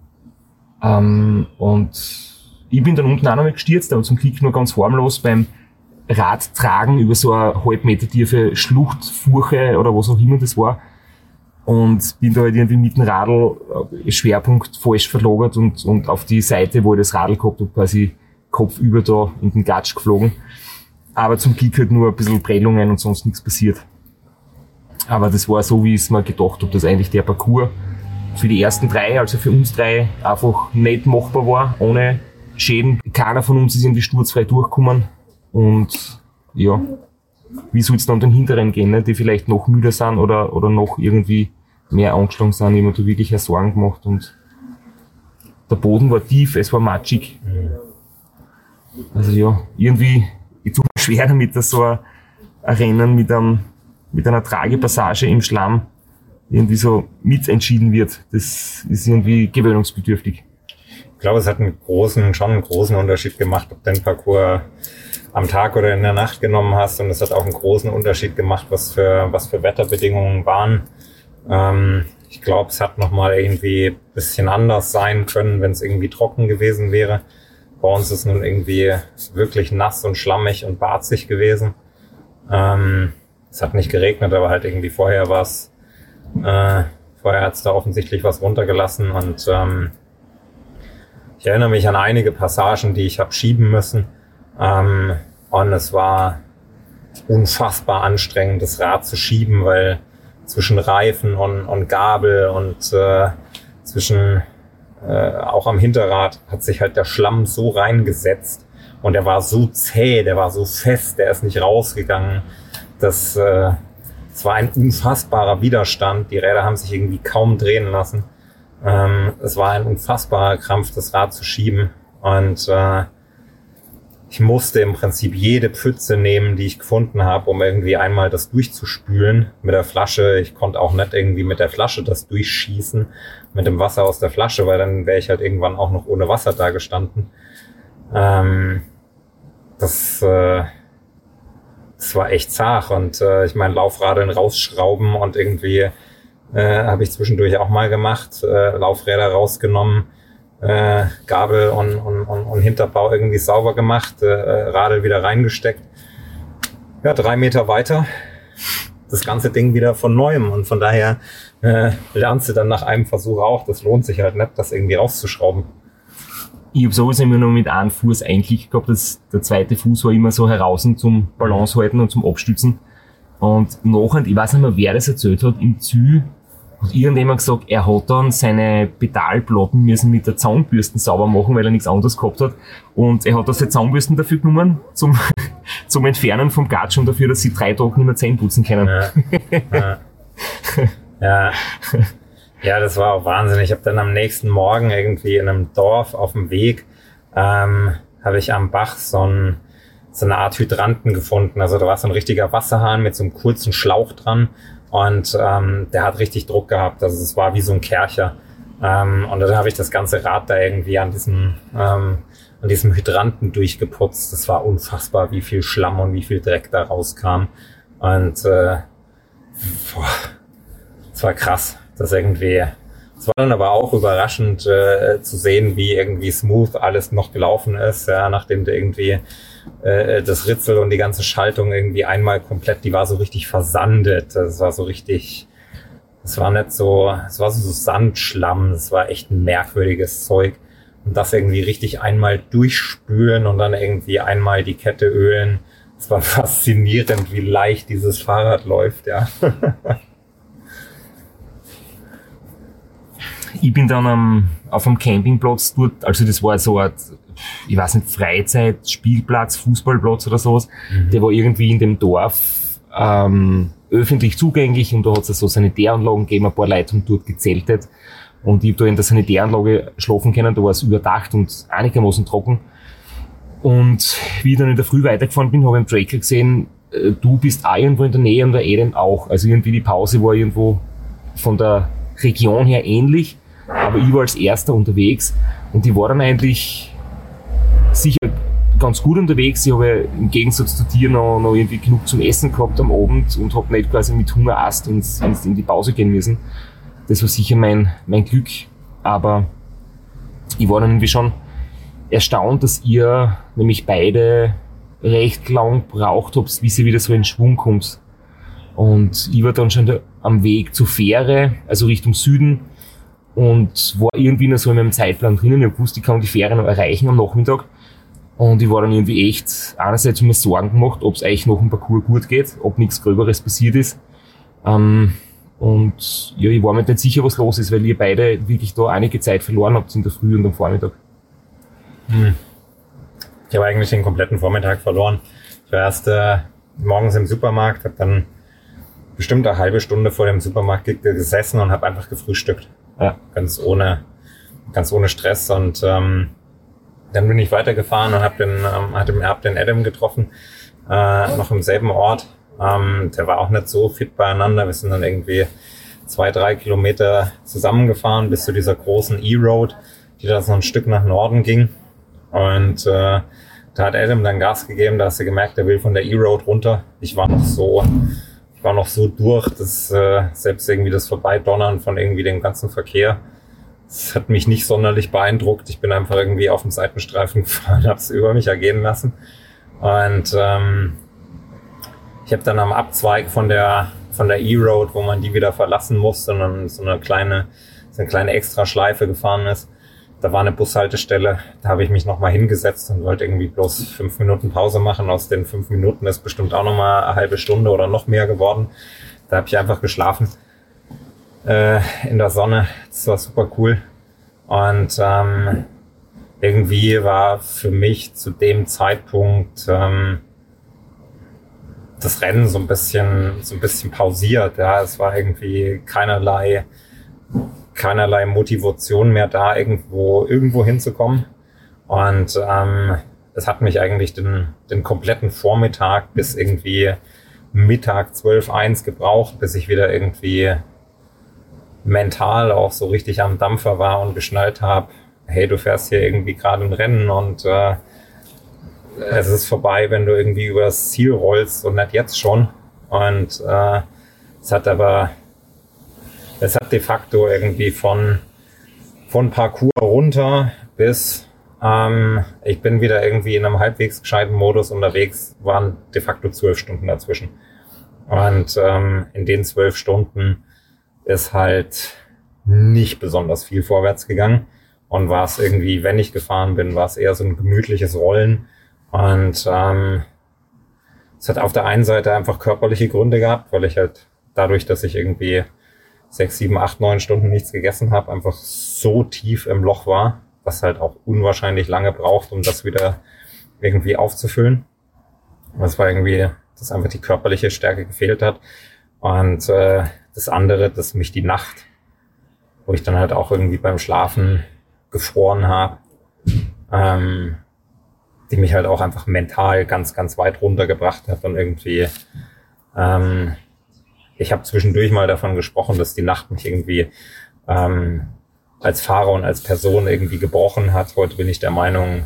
Und ich bin dann unten auch noch mal gestürzt, aber zum Glück nur ganz harmlos beim Radtragen über so eine halb Meter tiefe Schluchtfurche oder was auch immer das war. Und bin da halt irgendwie mit dem Radl Schwerpunkt falsch verlagert und auf die Seite, wo ich das Radl gehabt habe, quasi kopfüber da in den Gatsch geflogen. Aber zum Glück halt nur ein bisschen Prellungen und sonst nichts passiert. Aber das war so, wie ich es mir gedacht habe, dass eigentlich der Parcours für die ersten 3, also für uns 3, einfach nicht machbar war, ohne Schäden. Keiner von uns ist irgendwie sturzfrei durchgekommen. Und ja, wie soll es dann den Hinteren gehen, ne? Die vielleicht noch müder sind oder noch irgendwie mehr angeschlagen sind. Ich habe mir da wirklich Sorgen gemacht. Und der Boden war tief, es war matschig. Also ja, irgendwie, ich tue mir schwer damit, dass so ein Rennen mit einer Tragepassage im Schlamm irgendwie so mitentschieden wird. Das ist irgendwie gewöhnungsbedürftig. Ich glaube, es hat schon einen großen Unterschied gemacht, ob du den Parcours am Tag oder in der Nacht genommen hast. Und es hat auch einen großen Unterschied gemacht, was für Wetterbedingungen waren. Ich glaube, es hat nochmal irgendwie ein bisschen anders sein können, wenn es irgendwie trocken gewesen wäre. Bei uns ist nun irgendwie wirklich nass und schlammig und barzig gewesen. Es hat nicht geregnet, aber halt irgendwie vorher hat es da offensichtlich was runtergelassen und ich erinnere mich an einige Passagen, die ich habe schieben müssen und es war unfassbar anstrengend, das Rad zu schieben, weil zwischen Reifen und Gabel und auch am Hinterrad hat sich halt der Schlamm so reingesetzt und der war so zäh, der war so fest, der ist nicht rausgegangen. Es war ein unfassbarer Widerstand. Die Räder haben sich irgendwie kaum drehen lassen. Es war ein unfassbarer Krampf, das Rad zu schieben. Und ich musste im Prinzip jede Pfütze nehmen, die ich gefunden habe, um irgendwie einmal das durchzuspülen mit der Flasche. Ich konnte auch nicht irgendwie mit der Flasche das durchschießen, mit dem Wasser aus der Flasche, weil dann wäre ich halt irgendwann auch noch ohne Wasser da gestanden. Das war echt zart und ich meine, Laufradeln rausschrauben und irgendwie habe ich zwischendurch auch mal gemacht, Laufräder rausgenommen, Gabel und Hinterbau irgendwie sauber gemacht, Radl wieder reingesteckt. Ja, 3 Meter weiter, das ganze Ding wieder von Neuem und von daher lernst du dann nach einem Versuch auch, das lohnt sich halt nicht, das irgendwie rauszuschrauben. Ich habe sowieso immer nur mit einem Fuß eigentlich gehabt, der zweite Fuß war immer so heraus zum Balance halten und zum Abstützen. Und nachher, ich weiß nicht mehr, wer das erzählt hat, im Ziel hat irgendjemand gesagt, er hat dann seine Pedalplatten müssen mit der Zahnbürsten sauber machen, weil er nichts anderes gehabt hat. Und er hat da seine Zahnbürsten dafür genommen, zum Entfernen vom Gatsch und dafür, dass sie 3 Tage nicht mehr Zähne putzen können. Ja. Ja. Ja, das war auch Wahnsinn. Ich habe dann am nächsten Morgen irgendwie in einem Dorf auf dem Weg, habe ich am Bach so eine Art Hydranten gefunden. Also da war so ein richtiger Wasserhahn mit so einem kurzen Schlauch dran und der hat richtig Druck gehabt. Also es war wie so ein Kercher. Und dann habe ich das ganze Rad da irgendwie an diesem Hydranten durchgeputzt. Das war unfassbar, wie viel Schlamm und wie viel Dreck da rauskam. Und es war krass. Es war dann aber auch überraschend zu sehen, wie irgendwie smooth alles noch gelaufen ist, ja, nachdem du irgendwie das Ritzel und die ganze Schaltung irgendwie einmal komplett, die war so richtig versandet. Es war so so Sandschlamm, es war echt ein merkwürdiges Zeug. Und das irgendwie richtig einmal durchspülen und dann irgendwie einmal die Kette ölen. Es war faszinierend, wie leicht dieses Fahrrad läuft, ja. Ich bin dann auf einem Campingplatz dort, also das war so eine, ich weiß nicht, Freizeitspielplatz, Fußballplatz oder sowas. Der war irgendwie in dem Dorf öffentlich zugänglich und da hat es so Sanitäranlagen gegeben, ein paar Leute haben dort gezeltet und ich habe da in der Sanitäranlage schlafen können, da war es überdacht und einigermaßen trocken. Und wie ich dann in der Früh weitergefahren bin, habe ich am Tracker gesehen, du bist auch irgendwo in der Nähe und der Eden auch. Also irgendwie die Pause war irgendwo von der Region her ähnlich, aber ich war als Erster unterwegs und ich war dann eigentlich sicher ganz gut unterwegs. Ich habe im Gegensatz zu dir noch irgendwie genug zum Essen gehabt am Abend und habe nicht quasi mit Hungerast in die Pause gehen müssen. Das war sicher mein Glück, aber ich war dann irgendwie schon erstaunt, dass ihr nämlich beide recht lang braucht habt, bis ihr wieder so in Schwung kommt. Und ich war dann schon am Weg zur Fähre, also Richtung Süden, und war irgendwie noch so in meinem Zeitplan drinnen. Ich habe gewusst, ich kann die Fähre noch erreichen am Nachmittag. Und ich war dann irgendwie echt einerseits mir Sorgen gemacht, ob es eigentlich noch im Parcours gut geht, ob nichts Gröberes passiert ist. Und ja, ich war mir nicht sicher, was los ist, weil ihr beide wirklich da einige Zeit verloren habt in der Früh und am Vormittag. Ich habe eigentlich den kompletten Vormittag verloren. Ich war erst morgens im Supermarkt, habe dann bestimmt eine halbe Stunde vor dem Supermarkt gesessen und habe einfach gefrühstückt. Ja, ganz ohne Stress. Und dann bin ich weitergefahren und hab den Adam getroffen, noch im selben Ort. Der war auch nicht so fit beieinander. Wir sind dann irgendwie 2-3 Kilometer zusammengefahren bis zu dieser großen E-Road, die da so ein Stück nach Norden ging. Und da hat Adam dann Gas gegeben, da hast du gemerkt, er will von der E-Road runter. Ich war noch so durch, dass selbst irgendwie das Vorbeidonnern von irgendwie dem ganzen Verkehr, das hat mich nicht sonderlich beeindruckt. Ich bin einfach irgendwie auf dem Seitenstreifen gefahren, habe es über mich ergehen lassen. Und ich habe dann am Abzweig von der E-Road, wo man die wieder verlassen musste und dann so eine kleine Extraschleife gefahren ist, da war eine Bushaltestelle, da habe ich mich nochmal hingesetzt und wollte irgendwie bloß 5 Minuten Pause machen. Aus den 5 Minuten ist bestimmt auch nochmal eine halbe Stunde oder noch mehr geworden. Da habe ich einfach geschlafen in der Sonne. Das war super cool. Und irgendwie war für mich zu dem Zeitpunkt das Rennen so ein bisschen pausiert. Ja, es war irgendwie keinerlei Motivation mehr da, irgendwo hinzukommen. Und es hat mich eigentlich den kompletten Vormittag bis irgendwie Mittag 12:01 gebraucht, bis ich wieder irgendwie mental auch so richtig am Dampfer war und geschnallt habe, hey, du fährst hier irgendwie gerade ein Rennen und es ist vorbei, wenn du irgendwie übers Ziel rollst und nicht jetzt schon. Und es hat de facto irgendwie von Parcours runter bis ich bin wieder irgendwie in einem halbwegs gescheiten Modus unterwegs, waren de facto 12 Stunden dazwischen. Und in den 12 Stunden ist halt nicht besonders viel vorwärts gegangen. Und war es irgendwie, wenn ich gefahren bin, war es eher so ein gemütliches Rollen. Und es hat auf der einen Seite einfach körperliche Gründe gehabt, weil ich halt dadurch, dass ich irgendwie 6, 7, 8, 9 Stunden nichts gegessen habe, einfach so tief im Loch war, was halt auch unwahrscheinlich lange braucht, um das wieder irgendwie aufzufüllen. Das war irgendwie, dass einfach die körperliche Stärke gefehlt hat. Und das andere, dass mich die Nacht, wo ich dann halt auch irgendwie beim Schlafen gefroren habe, die mich halt auch einfach mental ganz, ganz weit runtergebracht hat und irgendwie, ich habe zwischendurch mal davon gesprochen, dass die Nacht mich irgendwie als Fahrer und als Person irgendwie gebrochen hat. Heute bin ich der Meinung,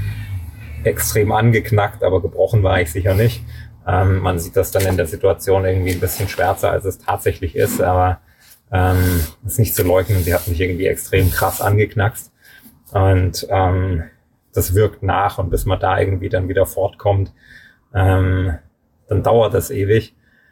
extrem angeknackt, aber gebrochen war ich sicher nicht. Man sieht das dann in der Situation irgendwie ein bisschen schwärzer, als es tatsächlich ist, aber ist nicht zu leugnen, sie hat mich irgendwie extrem krass angeknackst und das wirkt nach und bis man da irgendwie dann wieder fortkommt, dann dauert das ewig.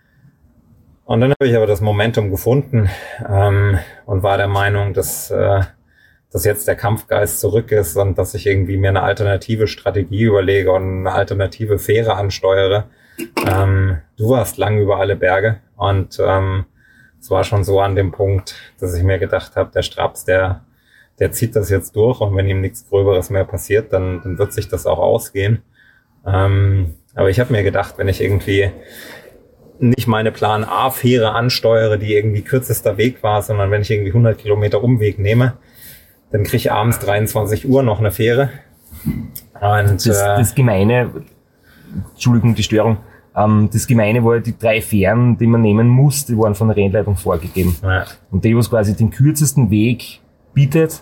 Und dann habe ich aber das Momentum gefunden und war der Meinung, dass jetzt der Kampfgeist zurück ist und dass ich irgendwie mir eine alternative Strategie überlege und eine alternative Fähre ansteuere. Du warst lang über alle Berge und es war schon so an dem Punkt, dass ich mir gedacht habe, der Straps, der zieht das jetzt durch und wenn ihm nichts Gröberes mehr passiert, dann wird sich das auch ausgehen. Aber ich habe mir gedacht, wenn ich irgendwie nicht meine Plan-A-Fähre ansteuere, die irgendwie kürzester Weg war, sondern wenn ich irgendwie 100 Kilometer Umweg nehme, dann kriege ich abends 23 Uhr noch eine Fähre. Und das Gemeine, Entschuldigung, die Störung, das Gemeine war, die 3 Fähren, die man nehmen muss, die waren von der Rennleitung vorgegeben. Ja. Und die, was quasi den kürzesten Weg bietet,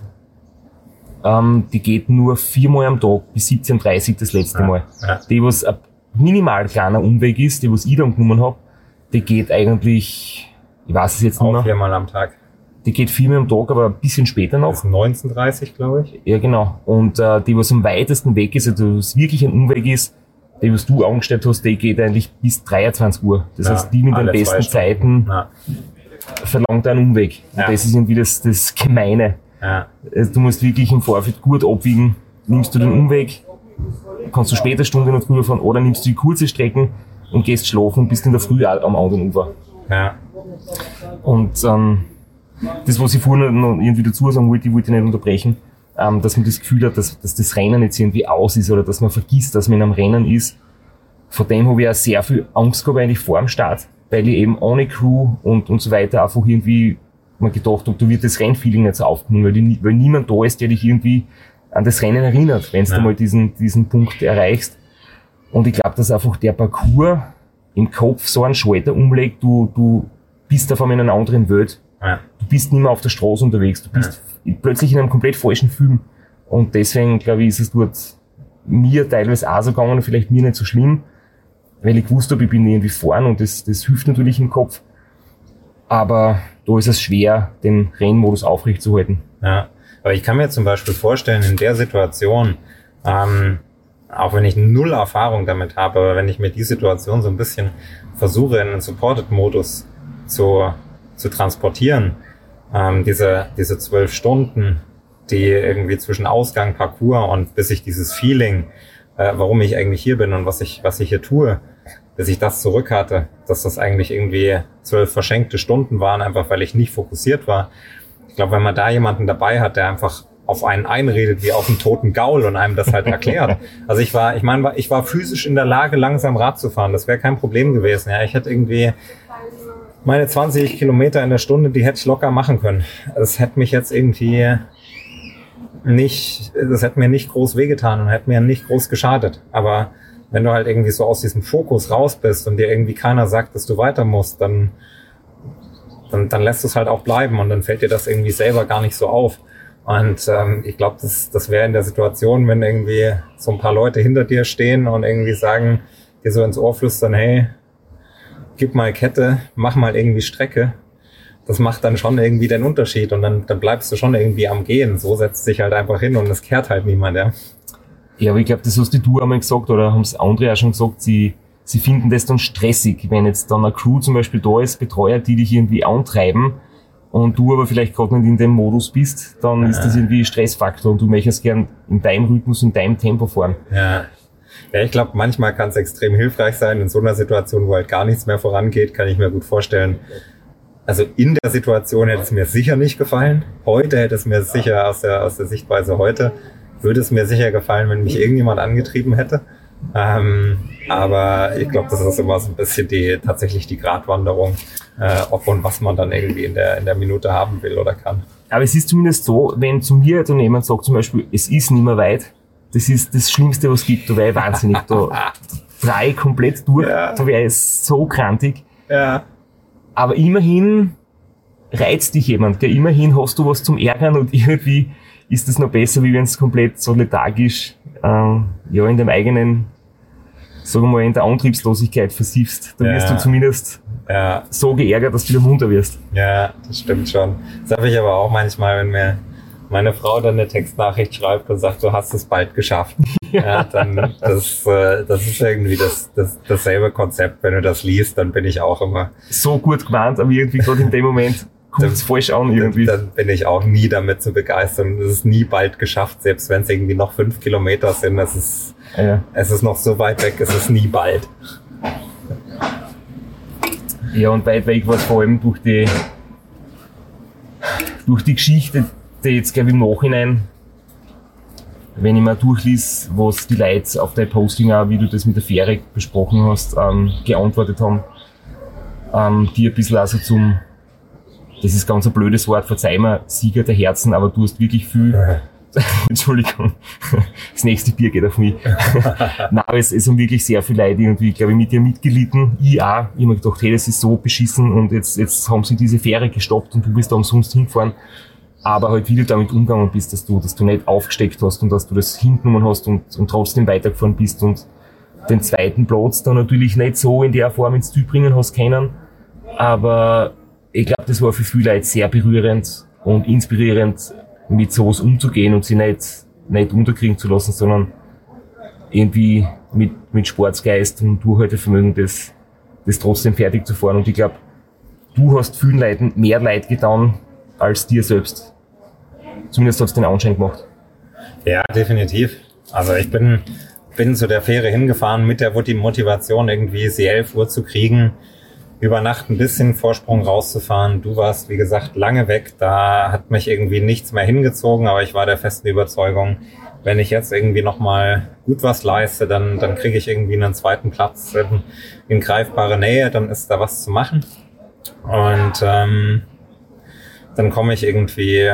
die geht nur 4-mal am Tag bis 17:30 Uhr das letzte Mal. Ja. Die, was ein minimal kleiner Umweg ist, die, was ich dann genommen habe, die geht eigentlich, ich weiß es jetzt nicht mehr. Auch 4-mal am Tag. Die geht 4-mal am Tag, aber ein bisschen später noch. Das ist 19:30, glaube ich. Ja, genau. Und die, was am weitesten weg ist, also was wirklich ein Umweg ist, die, was du angestellt hast, die geht eigentlich bis 23 Uhr. Das heißt, die mit den besten Zeiten verlangt einen Umweg. Ja. Und das ist irgendwie das Gemeine. Ja. Du musst wirklich im Vorfeld gut abwiegen. Nimmst du den Umweg, kannst du später Stunde noch drüber fahren, oder nimmst du die kurze Strecken und gehst schlafen und bist in der Früh am anderen Ufer. Ja. Und das, was ich vorhin noch irgendwie dazu sagen wollte, ich wollte nicht unterbrechen, dass man das Gefühl hat, dass das Rennen jetzt irgendwie aus ist oder dass man vergisst, dass man in einem Rennen ist. Von dem habe ich auch sehr viel Angst gehabt eigentlich vor dem Start, weil ich eben ohne Crew und so weiter einfach irgendwie mir gedacht habe, du wird das Rennfeeling nicht so aufgenommen, weil niemand da ist, der dich irgendwie an das Rennen erinnert, wenn du mal diesen Punkt erreichst. Und ich glaube, dass einfach der Parcours im Kopf so einen Schalter umlegt, du bist auf einmal in einer anderen Welt. Ja. Du bist nicht mehr auf der Straße unterwegs, du bist plötzlich in einem komplett falschen Film. Und deswegen, glaube ich, ist es dort mir teilweise auch so gegangen, vielleicht mir nicht so schlimm, weil ich gewusst habe, ich bin irgendwie vorn und das hilft natürlich im Kopf. Aber da ist es schwer, den Rennmodus aufrechtzuerhalten. Ja, aber ich kann mir zum Beispiel vorstellen, in der Situation, auch wenn ich null Erfahrung damit habe, aber wenn ich mir die Situation so ein bisschen versuche, in einen Supported-Modus zu transportieren, diese 12 Stunden, die irgendwie zwischen Ausgang, Parcours und bis ich dieses Feeling, warum ich eigentlich hier bin und was ich hier tue, bis ich das zurück hatte, dass das eigentlich irgendwie 12 verschenkte Stunden waren, einfach weil ich nicht fokussiert war. Ich glaube, wenn man da jemanden dabei hat, der einfach auf einen einredet wie auf einen toten Gaul und einem das halt erklärt. Also ich war physisch in der Lage, langsam Rad zu fahren. Das wäre kein Problem gewesen. Ja, ich hätte irgendwie meine 20 Kilometer in der Stunde, die hätte ich locker machen können. Das hätte mich jetzt irgendwie das hätte mir nicht groß wehgetan und hätte mir nicht groß geschadet. Aber wenn du halt irgendwie so aus diesem Fokus raus bist und dir irgendwie keiner sagt, dass du weiter musst, dann lässt du es halt auch bleiben und dann fällt dir das irgendwie selber gar nicht so auf. Und ich glaube, das wäre in der Situation, wenn irgendwie so ein paar Leute hinter dir stehen und irgendwie sagen, dir so ins Ohr flüstern, hey, gib mal Kette, mach mal irgendwie Strecke. Das macht dann schon irgendwie den Unterschied und dann bleibst du schon irgendwie am Gehen. So setzt sich halt einfach hin und es kehrt halt niemand, ja. Ja, aber ich glaube, das hast du einmal gesagt oder haben es andere auch schon gesagt, sie finden das dann stressig, wenn jetzt dann eine Crew zum Beispiel da ist, Betreuer, die dich irgendwie antreiben und du aber vielleicht gerade nicht in dem Modus bist, dann ist das irgendwie ein Stressfaktor und du möchtest gern in deinem Rhythmus, in deinem Tempo fahren. Ja, ich glaube, manchmal kann es extrem hilfreich sein. In so einer Situation, wo halt gar nichts mehr vorangeht, kann ich mir gut vorstellen. Also in der Situation hätte es mir sicher nicht gefallen. Heute hätte es mir sicher aus der Sichtweise heute, würde es mir sicher gefallen, wenn mich irgendjemand angetrieben hätte. Aber ich glaube, das ist immer so ein bisschen tatsächlich die Gratwanderung, ob und was man dann irgendwie in der Minute haben will oder kann. Aber es ist zumindest so, wenn zu mir dann jemand sagt, zum Beispiel, es ist nicht mehr weit, das ist das Schlimmste, was es gibt, da wäre ich wahnsinnig, da drei komplett durch, da wäre ich so krantig. Ja. Aber immerhin reizt dich jemand, gell? Immerhin hast du was zum Ärgern und irgendwie ist das noch besser, wie wenn es komplett so lethargisch, in dem eigenen, sagen wir mal, in der Antriebslosigkeit versiefst. Da wirst du zumindest so geärgert, dass du wieder munter wirst. Ja, das stimmt schon. Das habe ich aber auch manchmal, wenn mir meine Frau dann eine Textnachricht schreibt und sagt, du hast es bald geschafft. Ja, dann das ist irgendwie dasselbe Konzept. Wenn du das liest, dann bin ich auch immer so gut gemeint, aber irgendwie gerade in dem Moment kommt es falsch an irgendwie. Dann bin ich auch nie damit zu begeistern. Es ist nie bald geschafft, selbst wenn es irgendwie noch 5 Kilometer sind. Es ist noch so weit weg, es ist nie bald. Ja, und weit weg war es vor allem durch die Geschichte, die jetzt, glaube ich, im Nachhinein, wenn ich mal durchlies, was die Leute auf dein Posting auch, wie du das mit der Fähre besprochen hast, geantwortet haben, die ein bisschen also zum, das ist ganz ein blödes Wort, verzeih mir, Sieger der Herzen, aber du hast wirklich viel, Entschuldigung, das nächste Bier geht auf mich. Nein, aber es haben wirklich sehr viele Leute irgendwie, glaube ich, mit dir mitgelitten. Ich auch. Ich habe mir gedacht, hey, das ist so beschissen und jetzt haben sie diese Fähre gestoppt und du bist da umsonst hingefahren. Aber halt, wie du damit umgegangen bist, dass du nicht aufgesteckt hast und dass du das hingenommen hast und trotzdem weitergefahren bist und den zweiten Platz da natürlich nicht so in der Form ins Ziel bringen hast können. Aber ich glaube, das war für viele Leute sehr berührend und inspirierend, mit sowas umzugehen und sie nicht unterkriegen zu lassen, sondern irgendwie mit Sportsgeist und Durchhaltevermögen das trotzdem fertig zu fahren. Und ich glaube, du hast vielen Leuten mehr Leid getan als dir selbst. Zumindest hat es den Anschein gemacht. Ja, definitiv. Also ich bin zu der Fähre hingefahren mit der Motivation, irgendwie sie 11 Uhr zu kriegen, über Nacht ein bisschen Vorsprung rauszufahren. Du warst, wie gesagt, lange weg. Da hat mich irgendwie nichts mehr hingezogen, aber ich war der festen Überzeugung, wenn ich jetzt irgendwie nochmal gut was leiste, dann kriege ich irgendwie einen zweiten Platz in greifbare Nähe, dann ist da was zu machen. Und dann komme ich irgendwie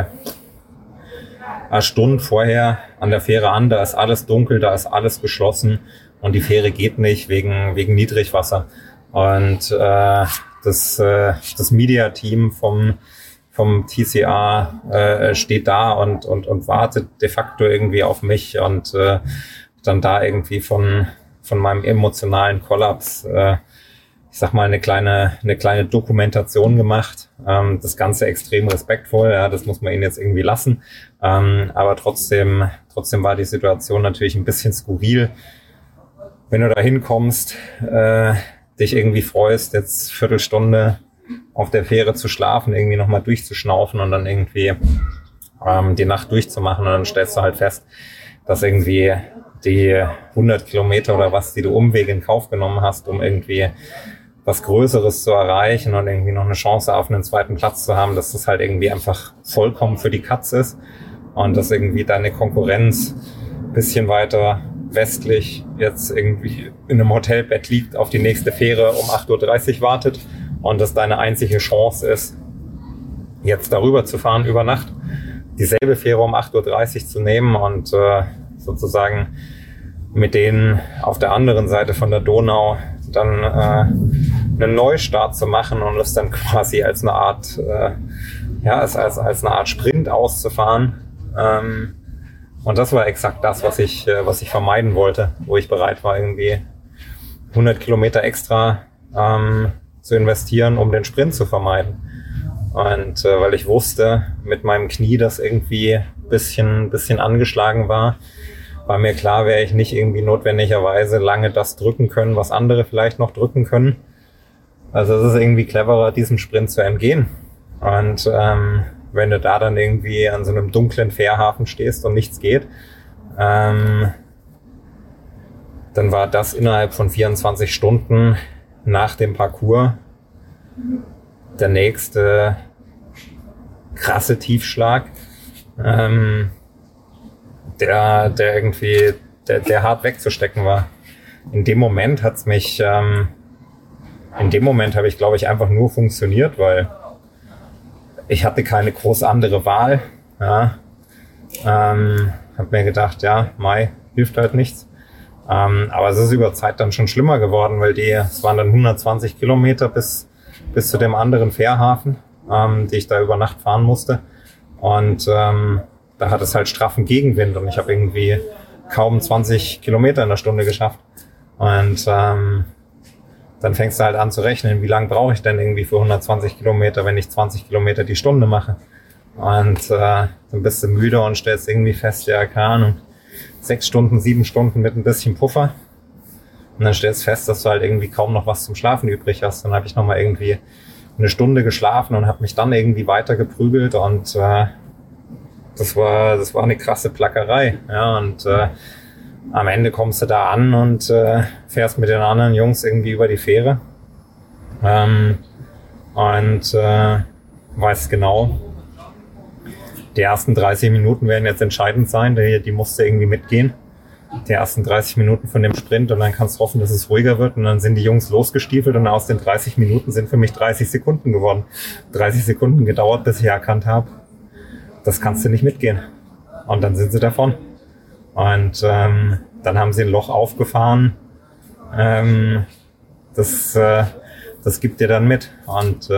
eine Stunde vorher an der Fähre an, da ist alles dunkel, da ist alles geschlossen und die Fähre geht nicht wegen Niedrigwasser. Und das Media-Team vom TCA steht da und wartet de facto irgendwie auf mich und dann da irgendwie von meinem emotionalen Kollaps ich sag mal eine kleine Dokumentation gemacht. Das Ganze extrem respektvoll, ja, das muss man ihnen jetzt irgendwie lassen. Aber trotzdem war die Situation natürlich ein bisschen skurril. Wenn du da hinkommst, dich irgendwie freust, jetzt Viertelstunde auf der Fähre zu schlafen, irgendwie nochmal durchzuschnaufen und dann irgendwie die Nacht durchzumachen und dann stellst du halt fest, dass irgendwie die 100 Kilometer oder was, die du Umwege in Kauf genommen hast, um irgendwie was Größeres zu erreichen und irgendwie noch eine Chance auf einen zweiten Platz zu haben, dass das halt irgendwie einfach vollkommen für die Katz ist und dass irgendwie deine Konkurrenz ein bisschen weiter westlich jetzt irgendwie in einem Hotelbett liegt, auf die nächste Fähre um 8.30 Uhr wartet und das deine einzige Chance ist, jetzt darüber zu fahren über Nacht, dieselbe Fähre um 8.30 Uhr zu nehmen und sozusagen mit denen auf der anderen Seite von der Donau dann einen Neustart zu machen und es dann quasi als eine Art als eine Art Sprint auszufahren. Und das war exakt das, was ich vermeiden wollte, wo ich bereit war, irgendwie 100 Kilometer extra zu investieren, um den Sprint zu vermeiden. Und weil ich wusste, mit meinem Knie, das irgendwie bisschen angeschlagen war mir klar, wäre ich nicht irgendwie notwendigerweise lange das drücken können, was andere vielleicht noch drücken können. Also es ist irgendwie cleverer, diesem Sprint zu entgehen. Und wenn du da dann irgendwie an so einem dunklen Fährhafen stehst und nichts geht, dann war das innerhalb von 24 Stunden nach dem Parcours der nächste krasse Tiefschlag, der irgendwie, der hart wegzustecken war. in dem Moment hat's mich, in dem Moment habe ich, glaube ich, einfach nur funktioniert, weil ich hatte keine groß andere Wahl. Ja. Habe mir gedacht, ja, Mai hilft halt nichts. Aber es ist über Zeit dann schon schlimmer geworden, weil es waren dann 120 Kilometer bis zu dem anderen Fährhafen, die ich da über Nacht fahren musste. Und da hat es halt straffen Gegenwind und ich habe irgendwie kaum 20 Kilometer in der Stunde geschafft. Und dann fängst du halt an zu rechnen, wie lange brauche ich denn irgendwie für 120 Kilometer, wenn ich 20 Kilometer die Stunde mache. Und dann bist du müde und stellst irgendwie fest, ja, keine Ahnung, 6 Stunden, 7 Stunden mit ein bisschen Puffer. Und dann stellst du fest, dass du halt irgendwie kaum noch was zum Schlafen übrig hast. Dann habe ich nochmal irgendwie eine Stunde geschlafen und habe mich dann irgendwie weiter geprügelt. Und das war eine krasse Plackerei. Ja, und am Ende kommst du da an und fährst mit den anderen Jungs irgendwie über die Fähre. Und weißt genau, die ersten 30 Minuten werden jetzt entscheidend sein, die musst du irgendwie mitgehen. Die ersten 30 Minuten von dem Sprint und dann kannst du hoffen, dass es ruhiger wird und dann sind die Jungs losgestiefelt und aus den 30 Minuten sind für mich 30 Sekunden geworden. 30 Sekunden gedauert, bis ich erkannt habe, das kannst du nicht mitgehen. Und dann sind sie davon. Und dann haben sie ein Loch aufgefahren. Das gibt dir dann mit. Und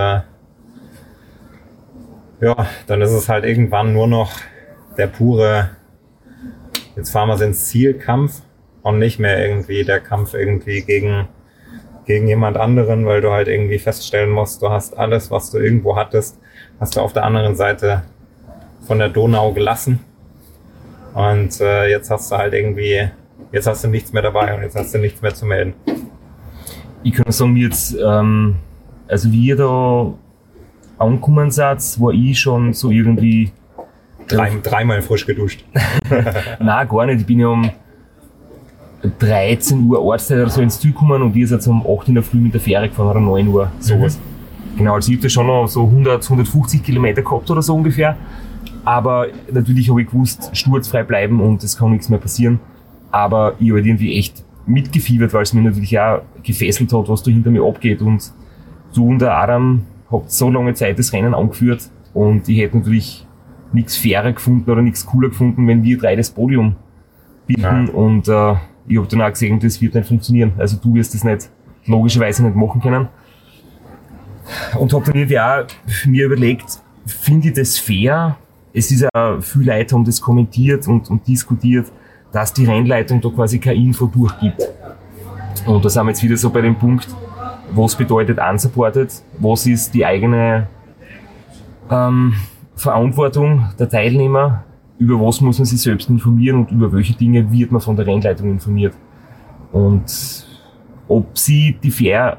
ja, dann ist es halt irgendwann nur noch der pure, jetzt fahren wir ins Zielkampf und nicht mehr irgendwie der Kampf irgendwie gegen jemand anderen, weil du halt irgendwie feststellen musst, du hast alles, was du irgendwo hattest, hast du auf der anderen Seite von der Donau gelassen. Und jetzt hast du halt irgendwie, jetzt hast du nichts mehr dabei und jetzt hast du nichts mehr zu melden. Ich kann sagen, jetzt, also wie ihr da angekommen seid, war ich schon so irgendwie... Dreimal frisch geduscht. Nein, gar nicht. Ich bin ja um 13 Uhr Ortszeit oder so ins Ziel gekommen und ihr seid um 8 in der Früh mit der Fähre gefahren oder 9 Uhr, sowas. Genau, also ich habe da schon noch so 150 Kilometer gehabt oder so ungefähr. Aber natürlich habe ich gewusst, sturzfrei bleiben und es kann nichts mehr passieren. Aber ich habe halt irgendwie echt mitgefiebert, weil es mir natürlich auch gefesselt hat, was da hinter mir abgeht. Und du und der Adam habt so lange Zeit das Rennen angeführt und ich hätte natürlich nichts fairer gefunden oder nichts cooler gefunden, wenn wir 3 das Podium bilden. Ja. Und ich habe dann auch gesehen, das wird nicht funktionieren. Also du wirst das nicht, logischerweise nicht machen können. Und habe dann irgendwie auch mir überlegt, finde ich das fair? Es ist ja, viele Leute haben das kommentiert und diskutiert, dass die Rennleitung da quasi keine Info durchgibt. Und da sind wir jetzt wieder so bei dem Punkt, was bedeutet unsupported, was ist die eigene Verantwortung der Teilnehmer, über was muss man sich selbst informieren und über welche Dinge wird man von der Rennleitung informiert. Und ob sie die Fähre,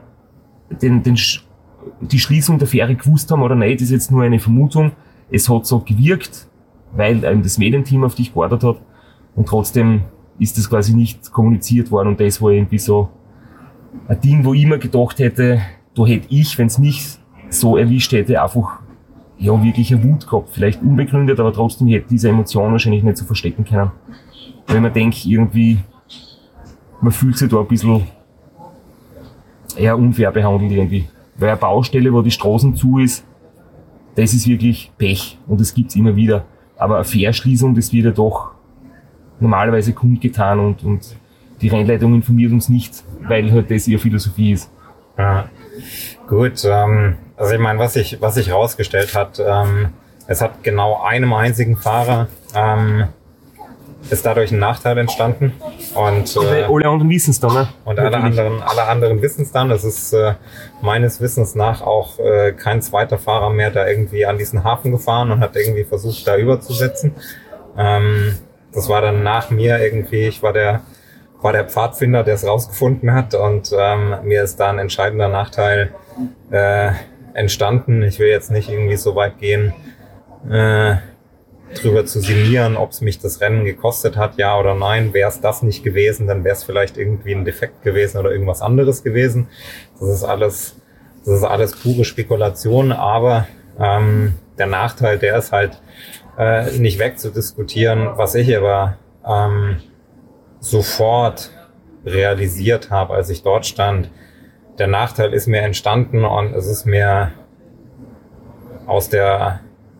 die Schließung der Fähre gewusst haben oder nicht, ist jetzt nur eine Vermutung. Es hat so gewirkt, weil das Medienteam auf dich gewartet hat und trotzdem ist das quasi nicht kommuniziert worden und das war irgendwie so ein Ding, wo ich mir gedacht hätte, da hätte ich, wenn es mich so erwischt hätte, einfach ja wirklich eine Wut gehabt. Vielleicht unbegründet, aber trotzdem hätte diese Emotion wahrscheinlich nicht so verstecken können. Weil man denkt irgendwie, man fühlt sich da ein bisschen eher unfair behandelt irgendwie. Weil eine Baustelle, wo die Straßen zu ist, das ist wirklich Pech und das gibt's immer wieder. Aber eine Fährschließung, das wird ja doch normalerweise kundgetan und die Rennleitung informiert uns nicht, weil halt das ihre Philosophie ist. Ja, gut. Also ich meine, was sich herausgestellt hat, es hat genau einem einzigen Fahrer ist dadurch ein Nachteil entstanden. Und alle anderen wissen es dann, ne? Und alle anderen wissen es dann. Das ist meines Wissens nach auch kein zweiter Fahrer mehr da irgendwie an diesen Hafen gefahren und hat irgendwie versucht, da überzusetzen. Das war dann nach mir irgendwie, ich war der Pfadfinder, der es rausgefunden hat und mir ist da ein entscheidender Nachteil entstanden. Ich will jetzt nicht irgendwie so weit gehen, drüber zu sinnieren, ob es mich das Rennen gekostet hat, ja oder nein. Wäre es das nicht gewesen, dann wäre es vielleicht irgendwie ein Defekt gewesen oder irgendwas anderes gewesen. Das ist alles pure Spekulation, aber der Nachteil, der ist halt nicht wegzudiskutieren. Was ich aber sofort realisiert habe, als ich dort stand. Der Nachteil ist mir entstanden und es ist mir aus der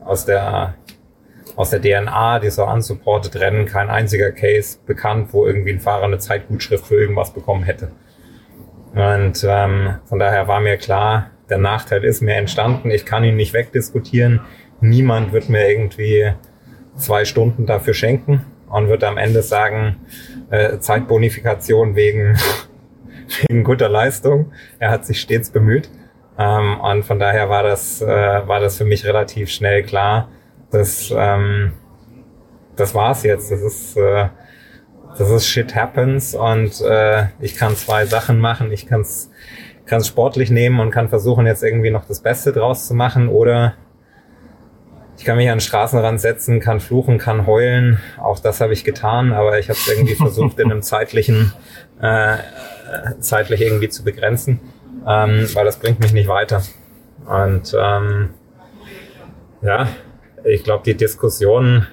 DNA, die so unsupported Rennen, kein einziger Case bekannt, wo irgendwie ein Fahrer eine Zeitgutschrift für irgendwas bekommen hätte. Und von daher war mir klar, der Nachteil ist mir entstanden. Ich kann ihn nicht wegdiskutieren. Niemand wird mir irgendwie 2 Stunden dafür schenken und wird am Ende sagen, Zeitbonifikation wegen guter Leistung. Er hat sich stets bemüht. Und von daher war das für mich relativ schnell klar, dass das war's jetzt. Das ist shit happens und ich kann 2 Sachen machen. Ich kann's sportlich nehmen und kann versuchen, jetzt irgendwie noch das Beste draus zu machen, oder ich kann mich an den Straßenrand setzen, kann fluchen, kann heulen. Auch das habe ich getan, aber ich habe es irgendwie versucht, in einem zeitlich irgendwie zu begrenzen, weil das bringt mich nicht weiter. Und ja, ich glaube, die Diskussion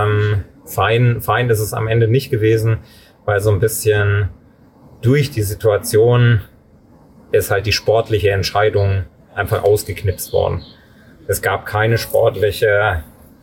fein ist es am Ende nicht gewesen, weil so ein bisschen durch die Situation ist halt die sportliche Entscheidung einfach ausgeknipst worden. Es gab keine sportliche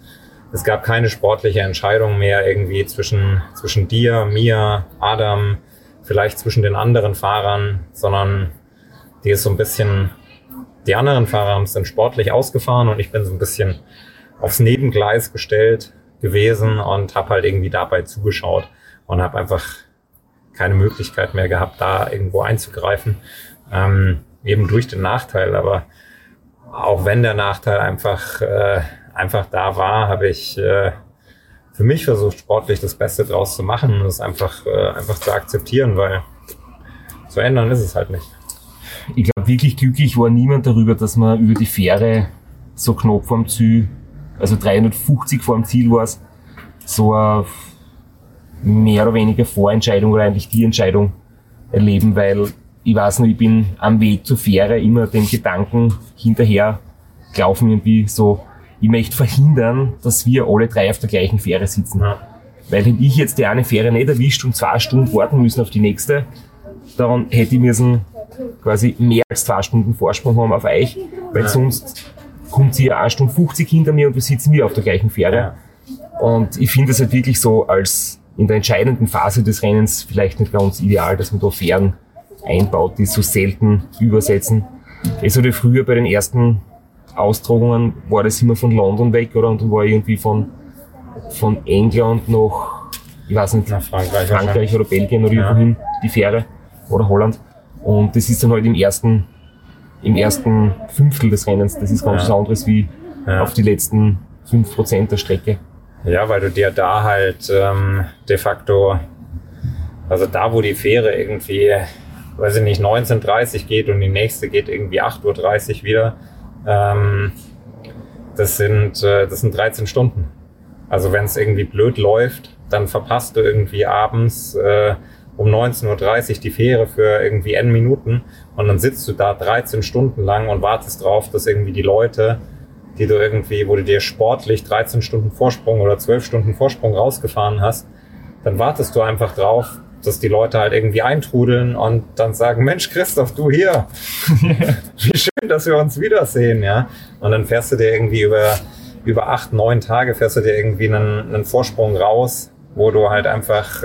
Entscheidung mehr irgendwie zwischen dir, mir, Adam, vielleicht zwischen den anderen Fahrern, sondern die ist so ein bisschen, die anderen Fahrer sind sportlich ausgefahren und ich bin so ein bisschen aufs Nebengleis gestellt gewesen und habe halt irgendwie dabei zugeschaut und habe einfach keine Möglichkeit mehr gehabt, da irgendwo einzugreifen, eben durch den Nachteil. Aber auch wenn der Nachteil einfach da war, habe ich für mich versucht, sportlich das Beste draus zu machen und es einfach zu akzeptieren, weil zu ändern ist es halt nicht. Ich glaube, wirklich glücklich war niemand darüber, dass man über die Fähre so knapp vorm Ziel, also 350 vor dem Ziel war es, so eine mehr oder weniger Vorentscheidung oder eigentlich die Entscheidung erleben, weil ich weiß noch, ich bin am Weg zur Fähre immer den Gedanken hinterher gelaufen, irgendwie so, ich möchte verhindern, dass wir alle 3 auf der gleichen Fähre sitzen. Ja. Weil wenn ich jetzt die eine Fähre nicht erwischt und 2 Stunden warten müssen auf die nächste, dann hätte ich müssen quasi mehr als 2 Stunden Vorsprung haben auf euch, weil sonst kommt sie 1 Stunde 50 hinter mir und wir sitzen wieder auf der gleichen Fähre. Ja. Und ich finde es halt wirklich so als in der entscheidenden Phase des Rennens vielleicht nicht ganz ideal, dass man da Fähren einbaut, die so selten übersetzen. Es hatte früher bei den ersten Austragungen, war das immer von London weg, oder? Und dann war irgendwie von England nach, ich weiß nicht, Frankreich oder Belgien oder irgendwohin die Fähre oder Holland. Und das ist dann halt im ersten Fünftel des Rennens. Das ist ganz was anderes wie auf die letzten 5% der Strecke. Ja, weil du dir da halt de facto, also da wo die Fähre irgendwie, weiß ich nicht, 19:30 geht und die nächste geht irgendwie 8:30 Uhr wieder, das sind 13 Stunden. Also wenn es irgendwie blöd läuft, dann verpasst du irgendwie abends um 19:30 Uhr die Fähre für irgendwie N Minuten und dann sitzt du da 13 Stunden lang und wartest drauf, dass irgendwie die Leute, die du irgendwie, wo du dir sportlich 13 Stunden Vorsprung oder 12 Stunden Vorsprung rausgefahren hast, dann wartest du einfach drauf, dass die Leute halt irgendwie eintrudeln und dann sagen, Mensch Christoph, du hier, wie schön, dass wir uns wiedersehen, ja. Und dann fährst du dir irgendwie über 8, 9 Tage fährst du dir irgendwie einen Vorsprung raus, wo du halt einfach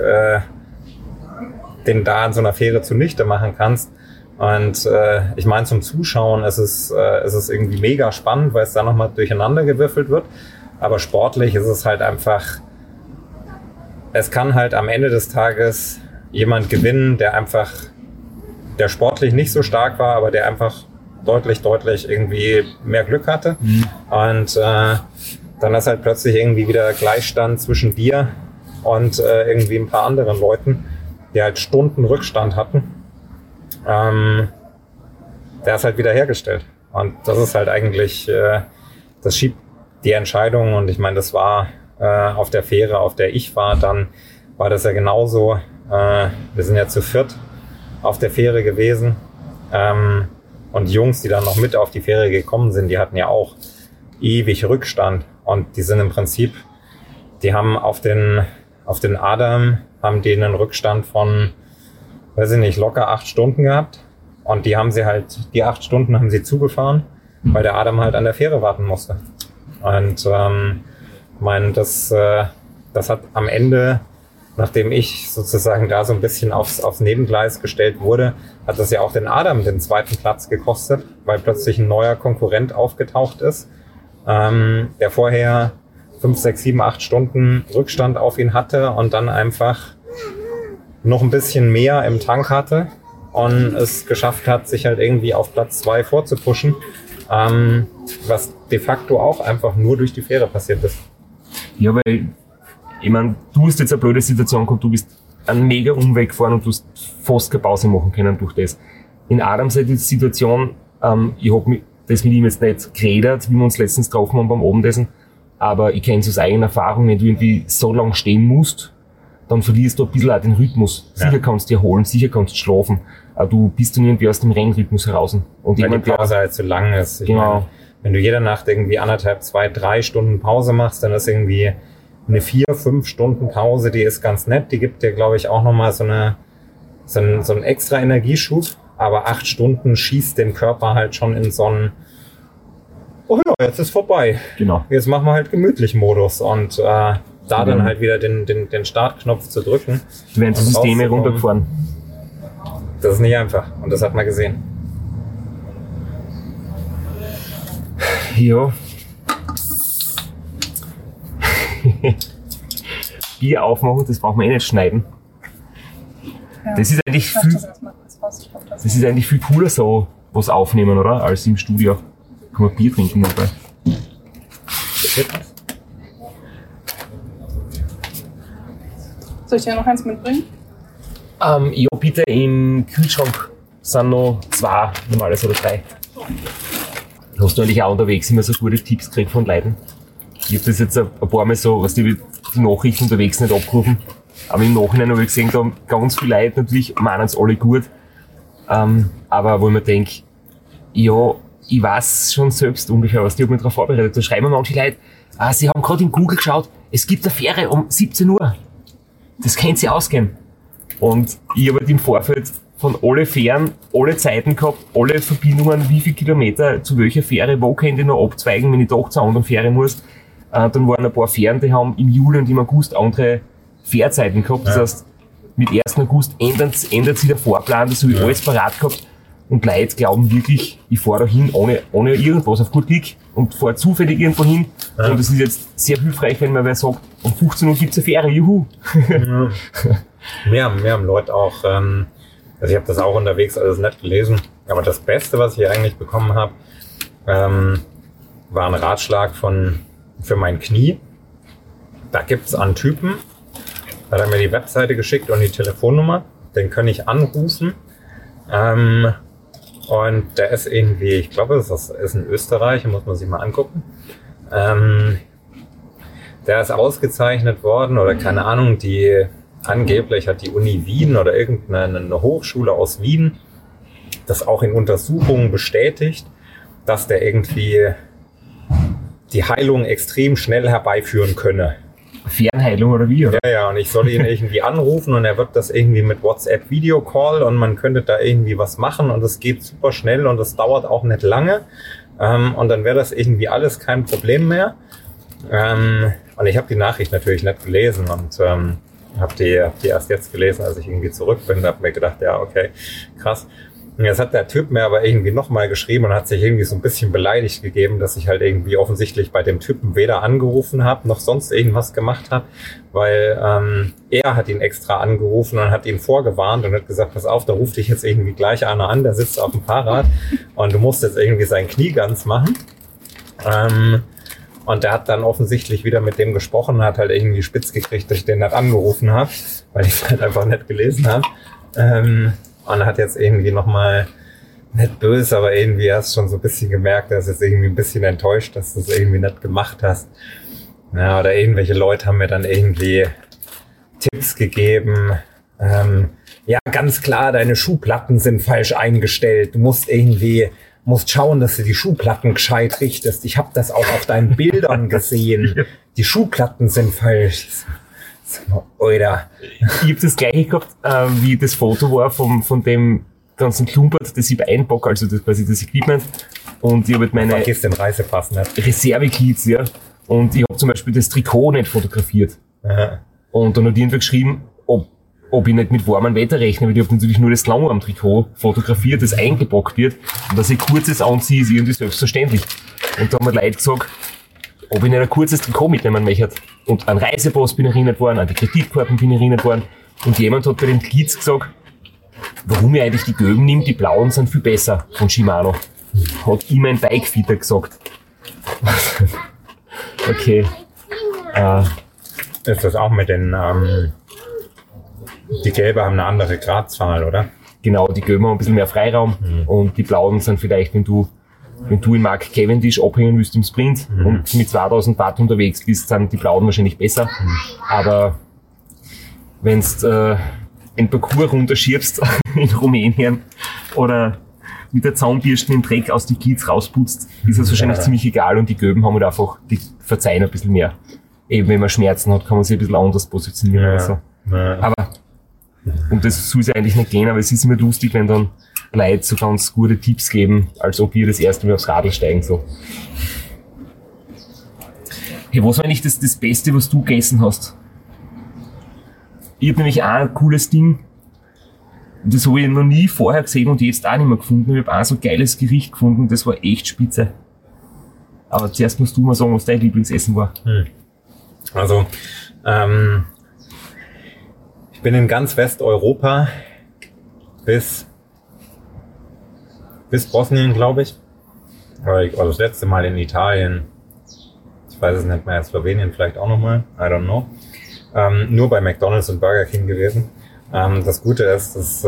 den da an so einer Fähre zunichte machen kannst. Und ich meine, zum Zuschauen ist es irgendwie mega spannend, weil es da nochmal durcheinander gewürfelt wird. Aber sportlich ist es halt einfach, es kann halt am Ende des Tages jemand gewinnen, der sportlich nicht so stark war, aber der einfach deutlich irgendwie mehr Glück hatte. Mhm. Und dann ist halt plötzlich irgendwie wieder Gleichstand zwischen dir und irgendwie ein paar anderen Leuten, die halt Stunden Rückstand hatten. Der ist halt wieder hergestellt. Und das ist halt eigentlich, das schiebt die Entscheidung. Und ich meine, das war auf der Fähre, auf der ich war, dann war das ja genauso. Wir sind ja zu 4 auf der Fähre gewesen. Und die Jungs, die dann noch mit auf die Fähre gekommen sind, die hatten ja auch ewig Rückstand. Und die sind im Prinzip, die haben auf den Adam, haben die einen Rückstand von weiß ich nicht, locker 8 Stunden gehabt. Und die 8 Stunden haben sie zugefahren, weil der Adam halt an der Fähre warten musste. Und das hat am Ende, nachdem ich sozusagen da so ein bisschen aufs Nebengleis gestellt wurde, hat das ja auch den Adam den 2. Platz gekostet, weil plötzlich ein neuer Konkurrent aufgetaucht ist, der vorher 5, 6, 7, 8 Stunden Rückstand auf ihn hatte und dann einfach noch ein bisschen mehr im Tank hatte und es geschafft hat, sich halt irgendwie auf Platz 2 vorzupushen, was de facto auch einfach nur durch die Fähre passiert ist. Ja, weil, ich meine, du hast jetzt eine blöde Situation gehabt, du bist einen mega Umweg gefahren und du hast fast keine Pause machen können durch das. In Adams Situation, ich habe das mit ihm jetzt nicht geredet, wie wir uns letztens getroffen haben beim Abendessen, aber ich kenne es aus eigener Erfahrung, wenn du irgendwie so lange stehen musst, dann verlierst du ein bisschen auch den Rhythmus. Sicher kannst du dir erholen, sicher kannst du schlafen, aber du bist dann irgendwie aus dem Rennrhythmus heraus. Und weil die Pause halt zu lang ist. Genau. Wenn du jede Nacht irgendwie 1,5, 2, 3 Stunden Pause machst, dann ist irgendwie eine 4, 5 Stunden Pause, die ist ganz nett. Die gibt dir, glaube ich, auch nochmal so einen extra Energieschub. Aber 8 Stunden schießt den Körper halt schon in so einen, oh ja, jetzt ist vorbei. Genau. Jetzt machen wir halt gemütlich Modus und dann halt wieder den Startknopf zu drücken. Du werden die Systeme runtergefahren. Das ist nicht einfach und das hat man gesehen. Ja. Bier aufmachen, das braucht man eh nicht schneiden. Ja. Das ist eigentlich viel cooler so, was aufnehmen, oder? Als im Studio. Kann man Bier trinken dabei. Soll ich dir noch eins mitbringen? Ja, bitte, im Kühlschrank sind noch 2, normales oder 3. Hast du eigentlich auch unterwegs immer so gute Tipps gekriegt von Leuten? Ich habe das jetzt ein paar Mal so, was die Nachrichten unterwegs nicht abgerufen. Aber im Nachhinein habe ich gesehen, da haben ganz viele Leute natürlich, meinen es alle gut. Aber wo ich mir denke, ja, ich weiß schon selbst ungefähr was, die haben mich darauf vorbereitet. Da schreiben mir manche Leute, sie haben gerade in Google geschaut, es gibt eine Fähre um 17 Uhr. Das kennt sie ausgehen. Und ich habe halt im Vorfeld von alle Fähren, alle Zeiten gehabt, alle Verbindungen, wie viele Kilometer, zu welcher Fähre, wo kann ich noch abzweigen, wenn ich doch zur anderen Fähre muss. Dann waren ein paar Fähren, die haben im Juli und im August andere Fährzeiten gehabt. Das heißt, mit 1. August ändert sich der Fahrplan, das habe ich alles parat gehabt. Und Leute glauben wirklich, ich fahre da hin ohne irgendwas auf gut Glück und fahre zufällig irgendwo hin. Ja. Und das ist jetzt sehr hilfreich, wenn man wer sagt, um 15 Uhr gibt's eine Fähre, juhu. Ja. Wir haben Leute auch, also ich habe das auch unterwegs alles nicht gelesen, aber das Beste, was ich eigentlich bekommen habe, war ein Ratschlag für mein Knie. Da gibt's einen Typen, da hat er mir die Webseite geschickt und die Telefonnummer, den kann ich anrufen. Und der ist irgendwie, ich glaube, das ist in Österreich, muss man sich mal angucken. Der ist ausgezeichnet worden oder keine Ahnung, angeblich hat die Uni Wien oder irgendeine Hochschule aus Wien das auch in Untersuchungen bestätigt, dass der irgendwie die Heilung extrem schnell herbeiführen könne. Fernheilung oder wie? Oder? Ja, und ich soll ihn irgendwie anrufen und er wird das irgendwie mit WhatsApp Videocall und man könnte da irgendwie was machen und es geht super schnell und es dauert auch nicht lange und dann wäre das irgendwie alles kein Problem mehr. Und ich habe die Nachricht natürlich nicht gelesen und habe die erst jetzt gelesen, als ich irgendwie zurück bin und habe mir gedacht, ja, okay, krass. Und jetzt hat der Typ mir aber irgendwie nochmal geschrieben und hat sich irgendwie so ein bisschen beleidigt gegeben, dass ich halt irgendwie offensichtlich bei dem Typen weder angerufen habe, noch sonst irgendwas gemacht habe, weil er hat ihn extra angerufen und hat ihn vorgewarnt und hat gesagt, pass auf, da ruft dich jetzt irgendwie gleich einer an, der sitzt auf dem Fahrrad und du musst jetzt irgendwie sein Knie ganz machen. Und der hat dann offensichtlich wieder mit dem gesprochen und hat halt irgendwie spitz gekriegt, dass ich den nicht angerufen habe, weil ich es halt einfach nicht gelesen habe. Und hat jetzt irgendwie nochmal, nicht böse, aber irgendwie hast du schon so ein bisschen gemerkt, dass jetzt irgendwie ein bisschen enttäuscht, dass du es irgendwie nicht gemacht hast. Ja, oder irgendwelche Leute haben mir dann irgendwie Tipps gegeben. Ja, ganz klar, deine Schuhplatten sind falsch eingestellt. Du musst schauen, dass du die Schuhplatten gescheit richtest. Ich habe das auch auf deinen Bildern gesehen. Die Schuhplatten sind falsch. Alter. Ich hab das gleiche gehabt, wie das Foto war von dem ganzen Klumpert, das ich einpacke, also das quasi das Equipment. Und ich habe halt meine Vergiss den Reisepass nicht. Reserve-Kits, ja. Und ich habe zum Beispiel das Trikot nicht fotografiert. Aha. Und dann hat irgendwer geschrieben, ob ich nicht mit warmem Wetter rechne, weil ich habe natürlich nur das Langarm-Trikot fotografiert, das eingepackt wird. Und dass ich kurzes anziehe, ist irgendwie selbstverständlich. Und da haben mir Leute gesagt, ob ich nicht ein kurzes Trikot mitnehmen möchte. Und an Reisepass bin ich erinnert worden, an die Kreditkarten bin ich erinnert worden. Und jemand hat bei den Kids gesagt, warum ich eigentlich die gelben nehme, die blauen sind viel besser von Shimano. Hat ihm ein Bikefitter gesagt. Okay. Ist das auch mit den, die gelbe haben eine andere Gradzahl, oder? Genau, die gelben haben ein bisschen mehr Freiraum und die blauen sind vielleicht, wenn du in Mark Cavendish abhängen willst im Sprint und mit 2000 Watt unterwegs bist, sind die blauen wahrscheinlich besser. Aber wenn du ein Parcours runterschiebst in Rumänien oder mit der Zahnbürste den Dreck aus die Kids rausputzt, ist das wahrscheinlich ziemlich egal und die Gelben haben halt einfach, die verzeihen ein bisschen mehr. Eben wenn man Schmerzen hat, kann man sich ein bisschen anders positionieren oder so. Aber um das soll es ja eigentlich nicht gehen, aber es ist immer lustig, wenn dann Leute so ganz gute Tipps geben, als ob wir das erste Mal aufs Radl steigen. So. Hey, was war eigentlich das Beste, was du gegessen hast? Ich habe nämlich auch ein cooles Ding, das habe ich noch nie vorher gesehen und jetzt auch nicht mehr gefunden. Ich habe auch so ein geiles Gericht gefunden, das war echt spitze. Aber zuerst musst du mal sagen, was dein Lieblingsessen war. Also, ich bin in ganz Westeuropa bis Bosnien, glaube ich. Also das letzte Mal in Italien. Ich weiß es nicht mehr, Slowenien vielleicht auch nochmal. I don't know. Nur bei McDonald's und Burger King gewesen. Das Gute ist, dass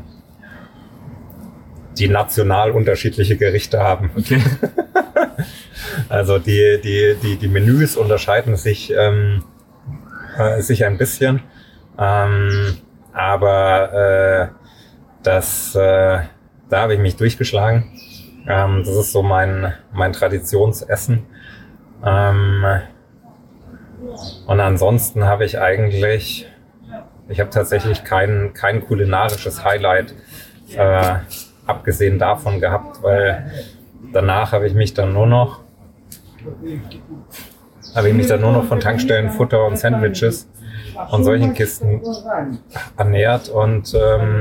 die national unterschiedliche Gerichte haben. Okay. Also die Menüs unterscheiden sich ein bisschen. Aber da habe ich mich durchgeschlagen. Das ist so mein Traditionsessen. Und ansonsten habe ich tatsächlich kein kulinarisches Highlight abgesehen davon gehabt, weil danach habe ich mich dann nur noch von Tankstellen, Futter und Sandwiches und solchen Kisten ernährt und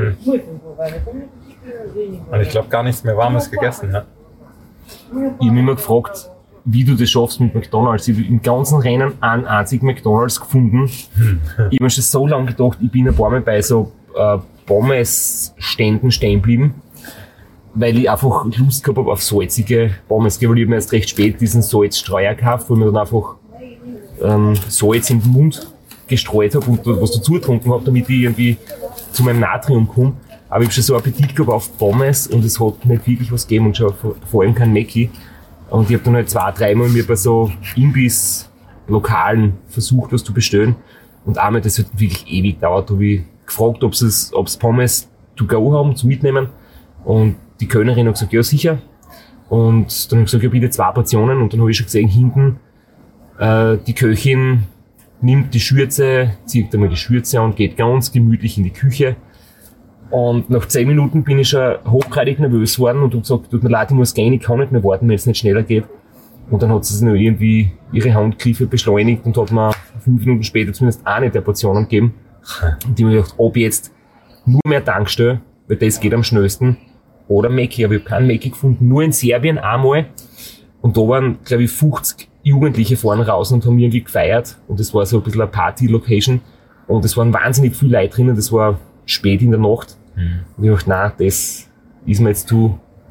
ich glaube gar nichts mehr Warmes gegessen. Ja. Ich habe mich immer gefragt, wie du das schaffst mit McDonald's. Ich habe im ganzen Rennen einen einzigen McDonald's gefunden. Ich habe mir schon so lange gedacht, ich bin ein paar Mal bei so Pommes-Ständen stehen geblieben, weil ich einfach Lust gehabt habe auf salzige Pommes. Weil ich habe mir erst recht spät diesen Salzstreuer gekauft, wo ich mir dann einfach Salz in den Mund gestreut habe und was dazu getrunken habe, damit ich irgendwie zu meinem Natrium komme. Aber ich habe schon so Appetit gehabt auf Pommes und es hat nicht wirklich was gegeben und schon vor allem kein Mackie. Und ich habe dann halt 2-3 Mal mir bei so Imbiss-Lokalen versucht, was zu bestellen. Und einmal, das hat wirklich ewig gedauert, habe ich gefragt, ob es Pommes to go haben, zum Mitnehmen. Und die Kellnerin hat gesagt, ja sicher. Und dann habe ich gesagt, ja bitte 2 Portionen. Und dann habe ich schon gesehen, hinten die Köchin nimmt die Schürze, zieht einmal die Schürze an, geht ganz gemütlich in die Küche. Und nach 10 Minuten bin ich schon hochgradig nervös geworden und habe gesagt, tut mir leid, ich muss gehen, ich kann nicht mehr warten, wenn es nicht schneller geht. Und dann hat sie noch irgendwie ihre Handgriffe beschleunigt und hat mir 5 Minuten später zumindest eine der Portionen gegeben. Und ich habe mir gedacht, ob ich jetzt nur mehr Tankstelle, weil das geht am schnellsten, oder Mackie. Aber ich habe keinen Mackie gefunden, nur in Serbien einmal. Und da waren, glaube ich, 50 Jugendliche vorne raus und haben irgendwie gefeiert. Und das war so ein bisschen eine Party-Location. Und es waren wahnsinnig viele Leute drinnen, das war spät in der Nacht. Und ich dachte, nein, das ist mir jetzt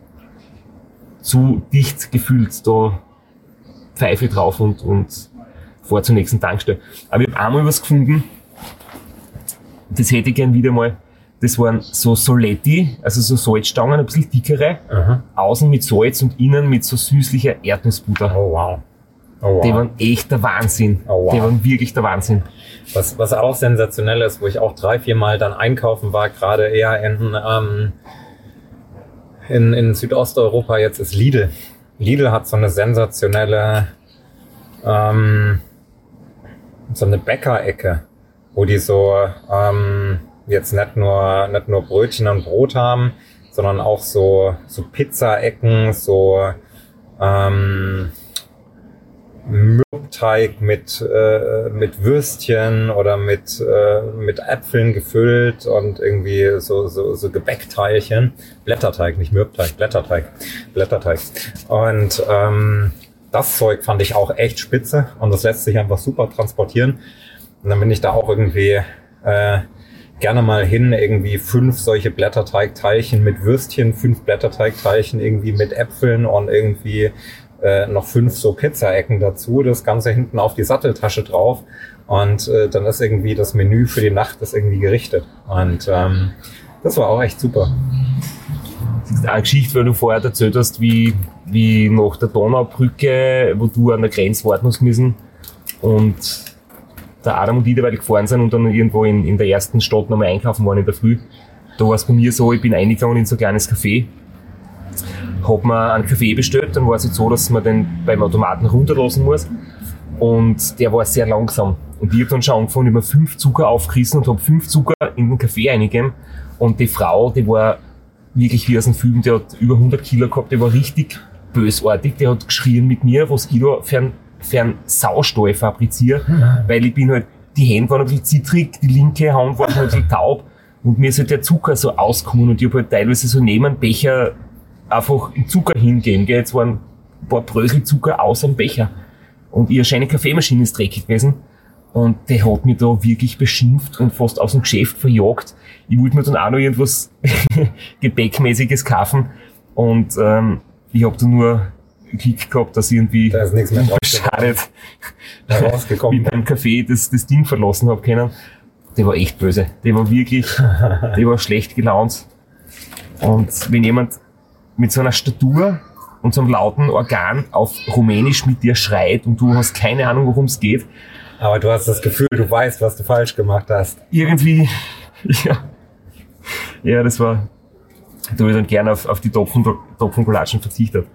zu dicht gefühlt, da Pfeife drauf und fahr zur nächsten Tankstelle. Aber ich habe einmal was gefunden, das hätte ich gern wieder mal. Das waren so Soletti, also so Salzstangen, ein bisschen dickere, außen mit Salz und innen mit so süßlicher Erdnussbutter. Oh wow. Oh, wow. Die waren echt der Wahnsinn. Oh, wow. Die waren wirklich der Wahnsinn. Was auch sensationell ist, wo ich auch 3-4 Mal dann einkaufen war, gerade eher in Südosteuropa jetzt, ist Lidl. Lidl hat so eine sensationelle so eine Bäckerecke. wo die so jetzt nicht nur Brötchen und Brot haben, sondern auch so Pizza-Ecken, so Mürbteig mit Würstchen oder mit Äpfeln gefüllt und irgendwie so Gebäckteilchen. Blätterteig, nicht Mürbteig, Blätterteig. Und das Zeug fand ich auch echt spitze und das lässt sich einfach super transportieren. Und dann bin ich da auch irgendwie gerne mal hin, irgendwie 5 solche Blätterteigteilchen mit Würstchen, 5 Blätterteigteilchen irgendwie mit Äpfeln und irgendwie noch 5 so Pizza-Ecken dazu, das Ganze hinten auf die Satteltasche drauf und dann ist irgendwie das Menü für die Nacht ist irgendwie gerichtet und das war auch echt super. Das ist eine Geschichte, weil du vorher erzählt hast, wie nach der Donaubrücke, wo du an der Grenze warten hast müssen und der Adam und ich dabei gefahren sind und dann irgendwo in der ersten Stadt nochmal einkaufen waren in der Früh. Da war es bei mir so, ich bin reingegangen in so ein kleines Café, hab mir einen Kaffee bestellt, dann war es jetzt so, dass man den beim Automaten runterlassen muss und der war sehr langsam. Und ich hab dann schon angefangen, ich hab mir 5 Zucker aufgerissen und hab 5 Zucker in den Kaffee reingegeben und die Frau, die war wirklich wie aus dem Film, die hat über 100 Kilo gehabt, die war richtig bösartig, die hat geschrien mit mir, was ich da für einen Saustall fabriziere, weil ich bin halt, die Hände waren ein bisschen zittrig, die linke Hand war halt ein bisschen taub und mir ist halt der Zucker so ausgekommen und ich hab halt teilweise so neben einem Becher einfach den Zucker hingeben, gell, jetzt waren ein paar Brösel Zucker aus dem Becher und ihre scheine Kaffeemaschine ist dreckig gewesen und der hat mich da wirklich beschimpft und fast aus dem Geschäft verjagt. Ich wollte mir dann auch noch irgendwas Gepäckmäßiges kaufen und ich hab da nur Glück gehabt, dass irgendwie da ist nichts mehr beschadet rausgekommen. mit einem Kaffee das Ding verlassen hab können. Der war echt böse. Der war wirklich, der war schlecht gelaunt. Und wenn jemand mit so einer Statur und so einem lauten Organ auf Rumänisch mit dir schreit und du hast keine Ahnung, worum es geht. Aber du hast das Gefühl, du weißt, was du falsch gemacht hast. Irgendwie, ja, das war, da habe ich dann gerne auf die Topfencolatschen verzichtet.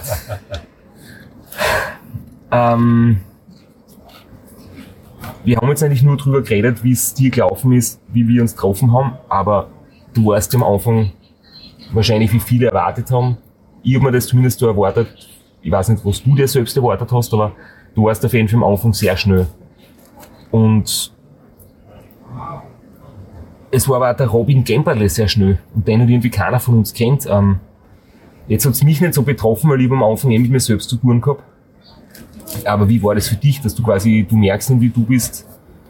Wir haben jetzt eigentlich nur drüber geredet, wie es dir gelaufen ist, wie wir uns getroffen haben, aber du warst ja am Anfang wahrscheinlich, wie viele erwartet haben. Ich habe mir das zumindest so erwartet. Ich weiß nicht, was du dir selbst erwartet hast, aber du warst auf jeden Fall am Anfang sehr schnell. Und es war aber auch der Robin Gemperle sehr schnell und den hat irgendwie keiner von uns kennt. Jetzt hat es mich nicht so betroffen, weil ich am Anfang mit mir selbst zu tun gehabt. Aber wie war das für dich, dass du quasi, du merkst irgendwie, du bist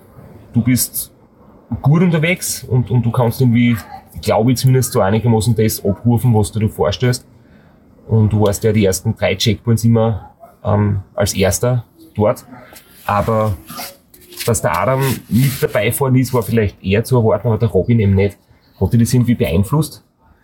gut unterwegs und du kannst irgendwie, glaube ich zumindest, so einigermaßen das abrufen, was du dir vorstellst. Und du warst ja die ersten 3 Checkpoints immer als erster dort. Aber dass der Adam mit dabei fahren ist, war vielleicht eher zu erwarten, aber der Robin eben nicht. Hat dich das irgendwie beeinflusst?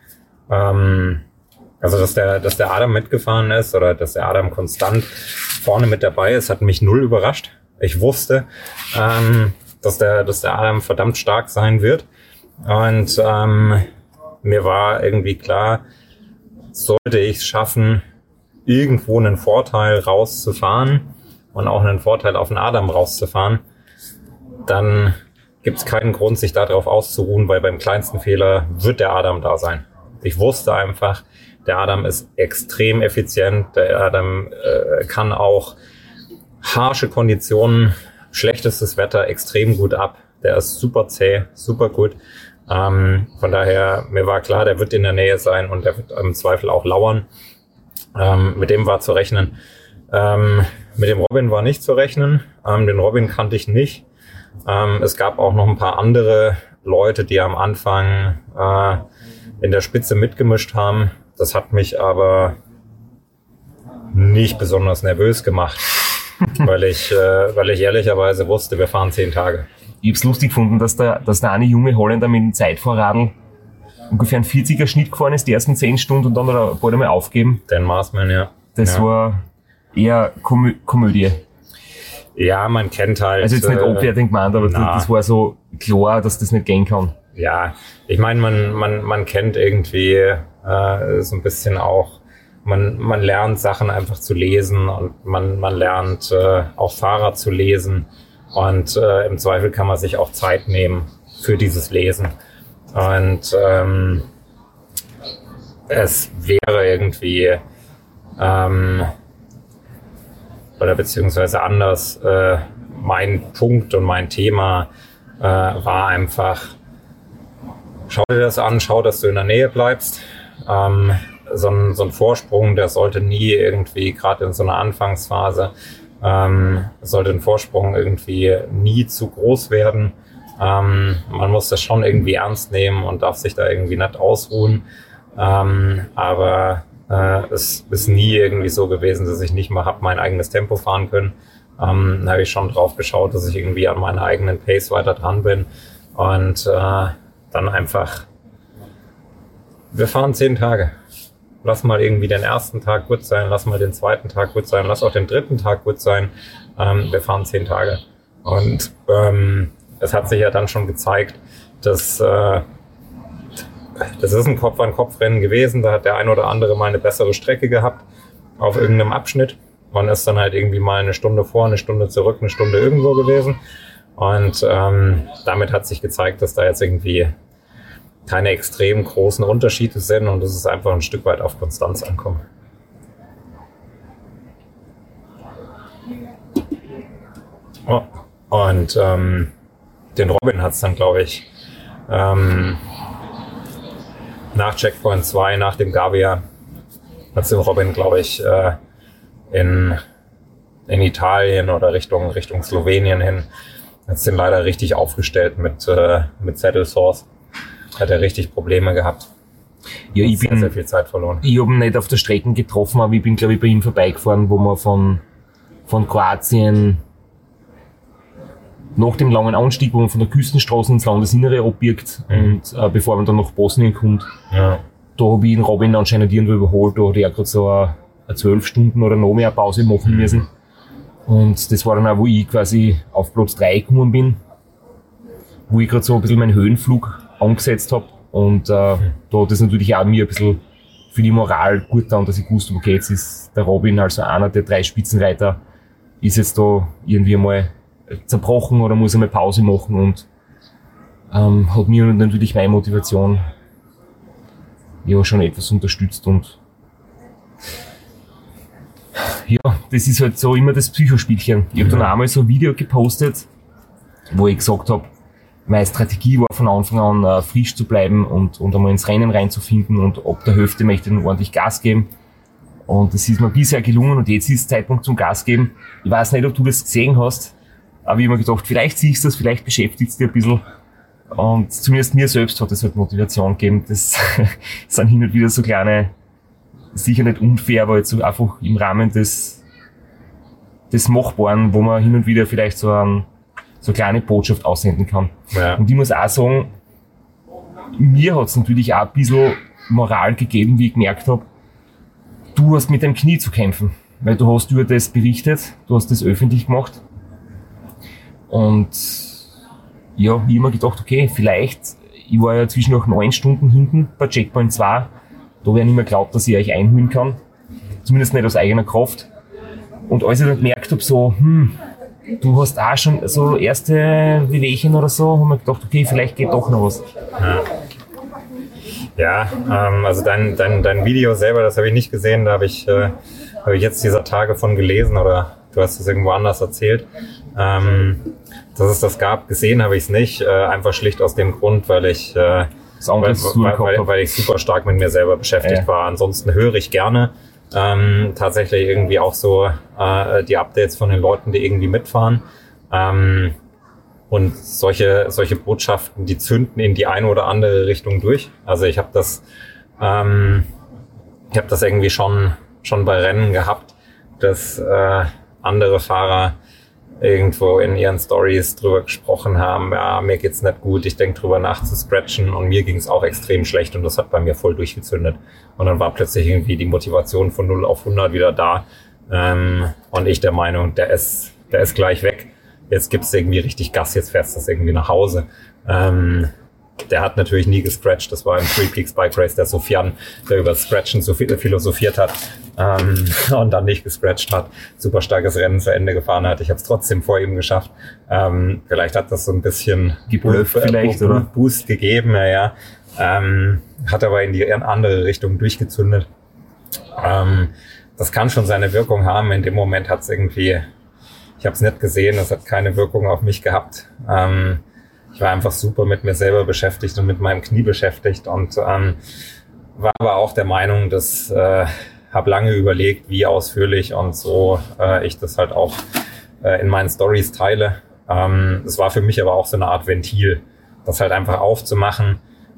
Also, dass der Adam mitgefahren ist oder dass der Adam konstant vorne mit dabei ist, hat mich null überrascht. Ich wusste, dass der Adam verdammt stark sein wird. Und mir war irgendwie klar, sollte ich es schaffen, irgendwo einen Vorteil rauszufahren und auch einen Vorteil auf den Adam rauszufahren, dann gibt es keinen Grund, sich darauf auszuruhen, weil beim kleinsten Fehler wird der Adam da sein. Ich wusste einfach, der Adam ist extrem effizient, der Adam kann auch harsche Konditionen, schlechtestes Wetter extrem gut ab. Der ist super zäh, super gut. Von daher, mir war klar, der wird in der Nähe sein und der wird im Zweifel auch lauern. Mit dem war zu rechnen. Mit dem Robin war nicht zu rechnen. Den Robin kannte ich nicht. Es gab auch noch ein paar andere Leute, die am Anfang in der Spitze mitgemischt haben. Das hat mich aber nicht besonders nervös gemacht, weil ich ehrlicherweise wusste, wir fahren 10 Tage. Ich hab's lustig gefunden, dass der eine junge Holländer mit dem Zeitvorradl ungefähr einen 40er Schnitt gefahren ist, die ersten 10 Stunden und dann hat er bald einmal aufgeben. Den Marsman, ja. Das war eher Komödie. Ja, man kennt halt... Also jetzt nicht abwertend gemeint, aber das war so klar, dass das nicht gehen kann. Ja, ich meine, man kennt irgendwie so ein bisschen auch, man lernt Sachen einfach zu lesen und man lernt auch Fahrer zu lesen. Und im Zweifel kann man sich auch Zeit nehmen für dieses Lesen. Und es wäre irgendwie oder beziehungsweise anders, mein Punkt und mein Thema war einfach, schau dir das an, schau, dass du in der Nähe bleibst. So ein Vorsprung, der sollte nie irgendwie, gerade in so einer Anfangsphase, sollte ein Vorsprung irgendwie nie zu groß werden. Man muss das schon irgendwie ernst nehmen und darf sich da irgendwie nicht ausruhen. Aber es ist nie irgendwie so gewesen, dass ich nicht mal habe mein eigenes Tempo fahren können. Da habe ich schon drauf geschaut, dass ich irgendwie an meiner eigenen Pace weiter dran bin. Und dann einfach, wir fahren 10 Tage. Lass mal irgendwie den ersten Tag gut sein, lass mal den zweiten Tag gut sein, lass auch den dritten Tag gut sein. Wir fahren 10 Tage. Und es hat sich ja dann schon gezeigt, dass das ist ein Kopf-an-Kopf-Rennen gewesen. Da hat der ein oder andere mal eine bessere Strecke gehabt auf irgendeinem Abschnitt. Man ist dann halt irgendwie mal eine Stunde vor, eine Stunde zurück, eine Stunde irgendwo gewesen. Und damit hat sich gezeigt, dass da jetzt irgendwie keine extrem großen Unterschiede sind und es ist einfach ein Stück weit auf Konstanz ankommt. Oh. Und den Robin hat es dann, glaube ich, nach Checkpoint 2, nach dem Gavia, hat es den Robin, glaube ich, in Italien oder Richtung Slowenien hin, hat es den leider richtig aufgestellt mit Saddle Source. Hat er richtig Probleme gehabt. Ja, ich bin sehr viel Zeit verloren. Ich habe ihn nicht auf der Strecke getroffen, aber ich bin, glaube ich, bei ihm vorbeigefahren, wo man von Kroatien nach dem langen Anstieg, wo man von der Küstenstraße ins Landesinnere abbiegt und bevor man dann nach Bosnien kommt, da habe ich den Robin anscheinend irgendwo überholt, da hat er gerade so eine 12 Stunden oder noch mehr Pause machen müssen. Und das war dann auch, wo ich quasi auf Platz 3 gekommen bin, wo ich gerade so ein bisschen meinen Höhenflug angesetzt habe. Und da hat es natürlich auch mir ein bisschen für die Moral gut getan, dass ich gewusst habe, okay, jetzt ist der Robin, also einer der 3 Spitzenreiter, ist jetzt da irgendwie mal zerbrochen oder muss einmal Pause machen und hat mir natürlich meine Motivation ja schon etwas unterstützt. Und ja, das ist halt so immer das Psychospielchen. Ich habe dann einmal so ein Video gepostet, wo ich gesagt habe, meine Strategie war von Anfang an frisch zu bleiben und einmal ins Rennen reinzufinden und ab der Hälfte möchte ich dann ordentlich Gas geben. Und das ist mir bisher gelungen und jetzt ist Zeitpunkt zum Gas geben. Ich weiß nicht, ob du das gesehen hast, aber ich habe mir gedacht, vielleicht siehst du das, vielleicht beschäftigt es dich ein bisschen. Und zumindest mir selbst hat es halt Motivation gegeben. Das sind hin und wieder so kleine, sicher nicht unfair, aber jetzt so einfach im Rahmen des Machbaren, wo man hin und wieder vielleicht so eine kleine Botschaft aussenden kann. Ja. Und ich muss auch sagen, mir hat es natürlich auch ein bisschen Moral gegeben, wie ich gemerkt habe, du hast mit deinem Knie zu kämpfen, weil du hast über das berichtet, du hast das öffentlich gemacht. Und ja, ich habe mir gedacht, okay, vielleicht, ich war ja zwischen noch 9 Stunden hinten bei Checkpoint 2, da wäre nicht mehr geglaubt, dass ich euch einholen kann. Zumindest nicht aus eigener Kraft. Und als ich dann gemerkt habe, so, du hast auch schon so erste Wehwehchen oder so, haben wir gedacht, okay, vielleicht geht doch noch was. Ja, also dein Video selber, das habe ich nicht gesehen, da habe ich jetzt dieser Tage von gelesen oder du hast es irgendwo anders erzählt, dass es das gab. Gesehen habe ich es nicht, einfach schlicht aus dem Grund, weil ich super stark mit mir selber beschäftigt war. Ansonsten höre ich gerne tatsächlich irgendwie auch so die Updates von den Leuten, die irgendwie mitfahren. Und solche Botschaften, die zünden in die eine oder andere Richtung durch. Also ich habe das irgendwie schon bei Rennen gehabt, dass andere Fahrer irgendwo in ihren Stories drüber gesprochen haben, ja, mir geht's nicht gut, ich denke drüber nach zu scratchen und mir ging's auch extrem schlecht und das hat bei mir voll durchgezündet. Und dann war plötzlich irgendwie die Motivation von 0 auf 100 wieder da und ich der Meinung, der ist gleich weg. Jetzt gibt's irgendwie richtig Gas, jetzt fährst du das irgendwie nach Hause. der hat natürlich nie gescratcht. Das war im Three Peaks Bike Race der Sofian, der über Scratchen so viel philosophiert hat und dann nicht gescratcht hat. Super starkes Rennen zu Ende gefahren hat. Ich habe es trotzdem vor ihm geschafft. Vielleicht hat das so ein bisschen Boost gegeben. Ja. Hat aber in die andere Richtung durchgezündet. Das kann schon seine Wirkung haben. In dem Moment hat es irgendwie, ich habe es nicht gesehen, es hat keine Wirkung auf mich gehabt. Ich war einfach super mit mir selber beschäftigt und mit meinem Knie beschäftigt und war aber auch der Meinung, dass habe lange überlegt, wie ausführlich und so ich das halt auch in meinen Stories teile. Es war für mich aber auch so eine Art Ventil, das halt einfach aufzumachen,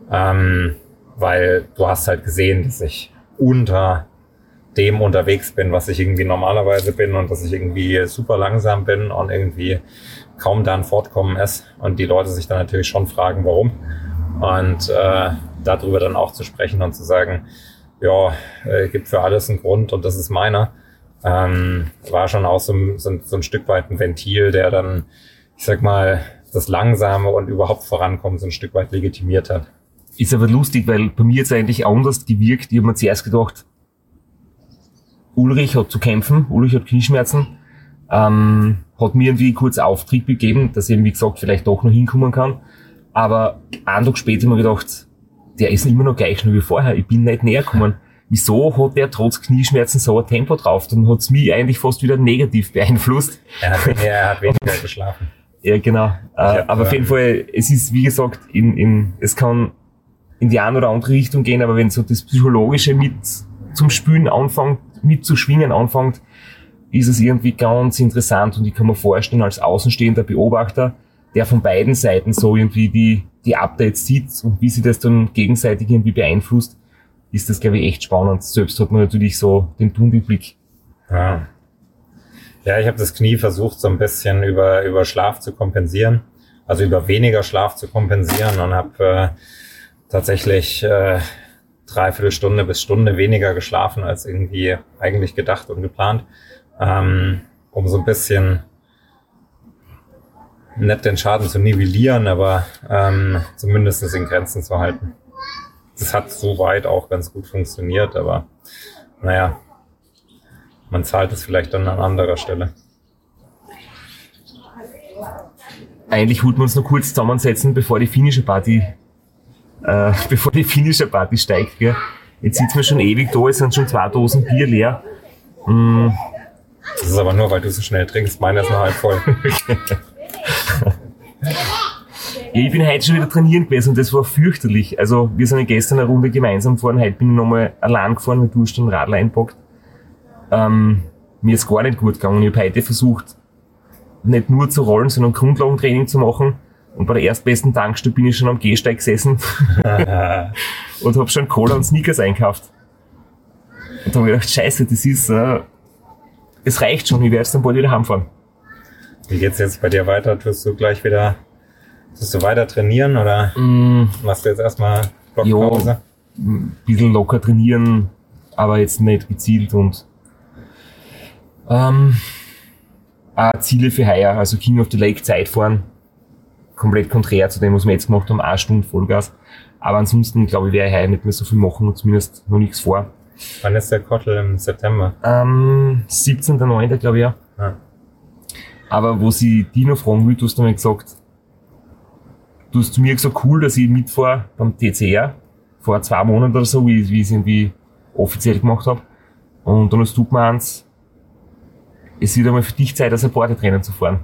weil du hast halt gesehen, dass ich unter dem unterwegs bin, was ich irgendwie normalerweise bin und dass ich irgendwie super langsam bin und irgendwie kaum da ein Fortkommen ist und die Leute sich dann natürlich schon fragen, warum. Und darüber dann auch zu sprechen und zu sagen, ja, gibt für alles einen Grund und das ist meiner, war schon auch so ein Stück weit ein Ventil, der dann, ich sag mal, das Langsame und überhaupt Vorankommen so ein Stück weit legitimiert hat. Ist aber lustig, weil bei mir jetzt eigentlich anders gewirkt. Ich habe mir zuerst gedacht, Ulrich hat zu kämpfen, Ulrich hat Knieschmerzen, hat mir irgendwie kurz Auftrieb gegeben, dass ich, wie gesagt, vielleicht doch noch hinkommen kann. Aber einen Tag später habe ich mir gedacht, der ist immer noch gleich wie vorher, ich bin nicht näher gekommen. Wieso hat der trotz Knieschmerzen so ein Tempo drauf? Dann hat es mich eigentlich fast wieder negativ beeinflusst. Er hat weniger geschlafen. Ja, genau. Aber auf jeden Fall, es ist, wie gesagt, es kann in die eine oder andere Richtung gehen, aber wenn so das Psychologische mit zum Spülen anfängt, mit zu schwingen anfängt, ist es irgendwie ganz interessant und ich kann mir vorstellen, als außenstehender Beobachter, der von beiden Seiten so irgendwie die Updates sieht und wie sich das dann gegenseitig irgendwie beeinflusst, ist das, glaube ich, echt spannend. Selbst hat man natürlich so den Tunnelblick. Ja, ich habe das Knie versucht, so ein bisschen über Schlaf zu kompensieren, also über weniger Schlaf zu kompensieren und habe tatsächlich 3/4 Stunde bis Stunde weniger geschlafen als irgendwie eigentlich gedacht und geplant, um so ein bisschen nicht den Schaden zu nivellieren, aber zumindest in Grenzen zu halten. Das hat soweit auch ganz gut funktioniert, aber naja, man zahlt es vielleicht dann an anderer Stelle. Eigentlich wollten wir uns noch kurz zusammensetzen, bevor die finnische Party steigt. Gell. Jetzt sitzen wir schon ewig da, es sind schon 2 Dosen Bier leer. Das ist aber nur, weil du so schnell trinkst, meiner ist noch halb voll. Ja, ich bin heute schon wieder trainieren gewesen und das war fürchterlich. Also wir sind ja gestern eine Runde gemeinsam gefahren, heute bin ich nochmal allein gefahren, weil du hast den Radl einpackt. Mir ist gar nicht gut gegangen. Ich habe heute versucht, nicht nur zu rollen, sondern Grundlagentraining zu machen. Und bei der erstbesten Tankstelle bin ich schon am Gehsteig gesessen und habe schon Cola und Snickers einkauft. Und da habe ich gedacht, scheiße, das ist, es reicht schon, ich werde jetzt dann bald wieder heimfahren. Wie geht's jetzt bei dir weiter? Tust du weiter trainieren oder machst du jetzt erstmal Blockpause? Ja, ein bisschen locker trainieren, aber jetzt nicht gezielt und Ziele für heuer, also King of the Lake Zeit fahren, komplett konträr zu dem, was wir jetzt gemacht haben, 1 Stunde Vollgas. Aber ansonsten, glaube ich, werde ich heuer nicht mehr so viel machen und zumindest noch nichts vor. Wann ist der Kottel im September? 17.09. glaube ich, ja. Aber wo sie die noch fragen will, du hast einmal gesagt, du hast zu mir gesagt, cool, dass ich mitfahre beim TCR, vor 2 Monaten oder so, wie ich es irgendwie offiziell gemacht habe. Und dann hast du gemeint, es wird einmal für dich Zeit, als Supported-Rennen zu fahren.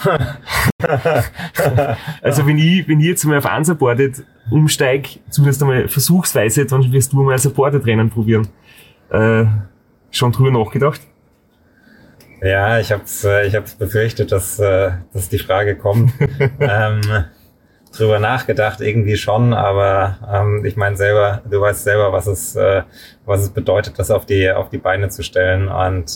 Also wenn ich jetzt mal auf Unsupported umsteige, zumindest einmal versuchsweise, dann wirst du mal ein Supported-Rennen probieren. Schon drüber nachgedacht? Ja, ich hab's befürchtet, dass die Frage kommt. Drüber nachgedacht irgendwie schon, aber ich meine selber, du weißt selber, was es bedeutet, das auf die Beine zu stellen und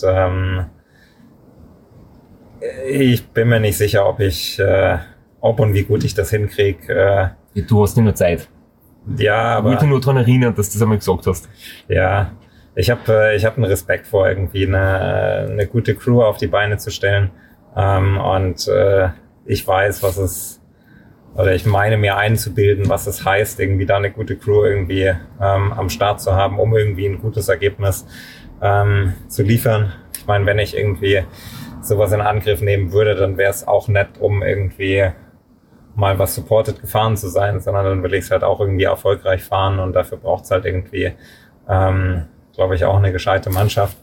ich bin mir nicht sicher, ob und wie gut ich das hinkriege. Du hast nicht nur Zeit. Ja, aber ich wollte nur daran erinnern, dass du das einmal gesagt hast. Ja, ich hab einen Respekt vor, irgendwie eine gute Crew auf die Beine zu stellen. Und ich weiß, oder ich meine mir einzubilden, was es heißt, irgendwie da eine gute Crew irgendwie am Start zu haben, um irgendwie ein gutes Ergebnis zu liefern. Ich meine, wenn ich irgendwie sowas in Angriff nehmen würde, dann wäre es auch nett, um irgendwie mal was supported gefahren zu sein, sondern dann will ich es halt auch irgendwie erfolgreich fahren und dafür braucht es halt irgendwie, glaube ich, auch eine gescheite Mannschaft.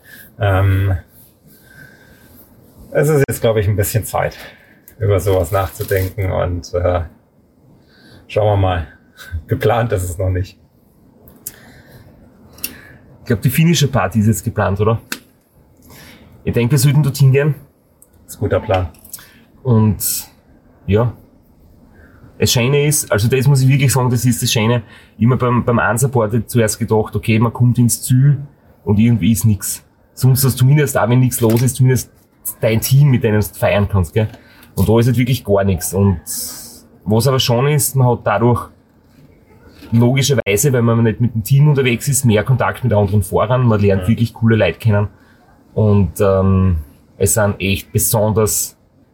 Es ist jetzt, glaube ich, ein bisschen Zeit, über sowas nachzudenken und schauen wir mal. Geplant ist es noch nicht. Ich glaube, die finnische Party ist jetzt geplant, oder? Ich denke, wir sollten dort hingehen. Das ist ein guter Plan. Und ja, das Schöne ist, also das muss ich wirklich sagen, das ist das Schöne. Immer beim Unsupport zuerst gedacht, okay, man kommt ins Ziel und irgendwie ist nichts. Sonst hast du zumindest, auch wenn nichts los ist, zumindest dein Team, mit dem du feiern kannst, gell? Und da ist halt wirklich gar nichts. Und was aber schon ist, man hat dadurch logischerweise, weil man nicht mit dem Team unterwegs ist, mehr Kontakt mit anderen Fahrern. Man lernt wirklich coole Leute kennen. Und es sind echt besonders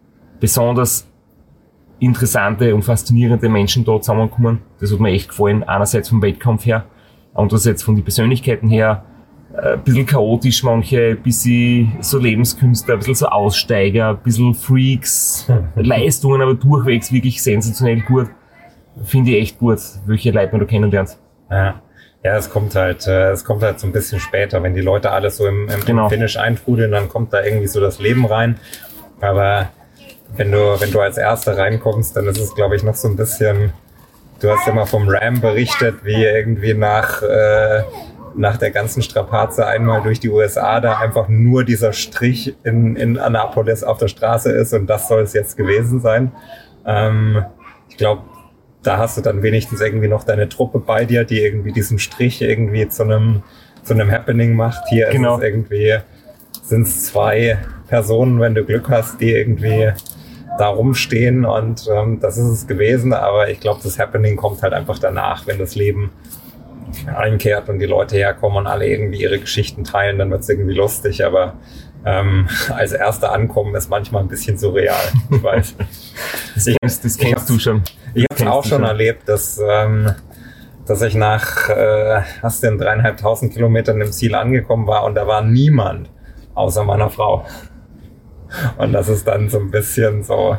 interessante und faszinierende Menschen da zusammengekommen. Das hat mir echt gefallen. Einerseits vom Wettkampf her, andererseits von den Persönlichkeiten her. Ein bisschen chaotisch manche, ein bisschen so Lebenskünstler, ein bisschen so Aussteiger, ein bisschen Freaks, Leistungen, aber durchwegs wirklich sensationell gut. Finde ich echt gut, welche Leute man da kennenlernt. Ja, es kommt halt so ein bisschen später, wenn die Leute alles so im Finish eintrudeln, dann kommt da irgendwie so das Leben rein. Aber wenn du als Erster reinkommst, dann ist es, glaube ich, noch so ein bisschen, du hast ja mal vom Ram berichtet, wie irgendwie nach der ganzen Strapaze einmal durch die USA da einfach nur dieser Strich in Annapolis auf der Straße ist und das soll es jetzt gewesen sein. Ich glaube, da hast du dann wenigstens irgendwie noch deine Truppe bei dir, die irgendwie diesen Strich irgendwie zu einem Happening macht. Hier ist es irgendwie, sind es 2 Personen, wenn du Glück hast, die irgendwie da rumstehen und das ist es gewesen. Aber ich glaube, das Happening kommt halt einfach danach, wenn das Leben einkehrt und die Leute herkommen und alle irgendwie ihre Geschichten teilen, dann wird es irgendwie lustig, aber als Erster ankommen ist manchmal ein bisschen surreal. Ich weiß. Das kennst du schon. Ich habe es auch schon erlebt, dass ich nach 3.500 Kilometern im Ziel angekommen war und da war niemand außer meiner Frau. Und das ist dann so ein bisschen so,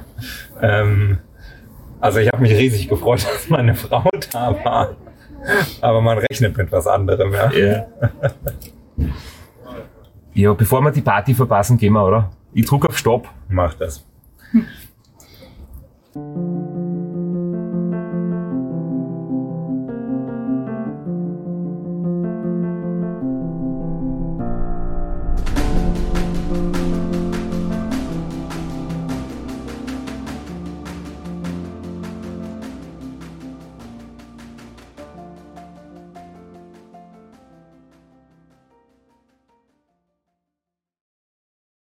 also ich habe mich riesig gefreut, dass meine Frau da war. Aber man rechnet mit was anderem, ja. Yeah. Ja, bevor wir die Party verpassen, gehen wir, oder? Ich drücke auf Stopp. Mach das.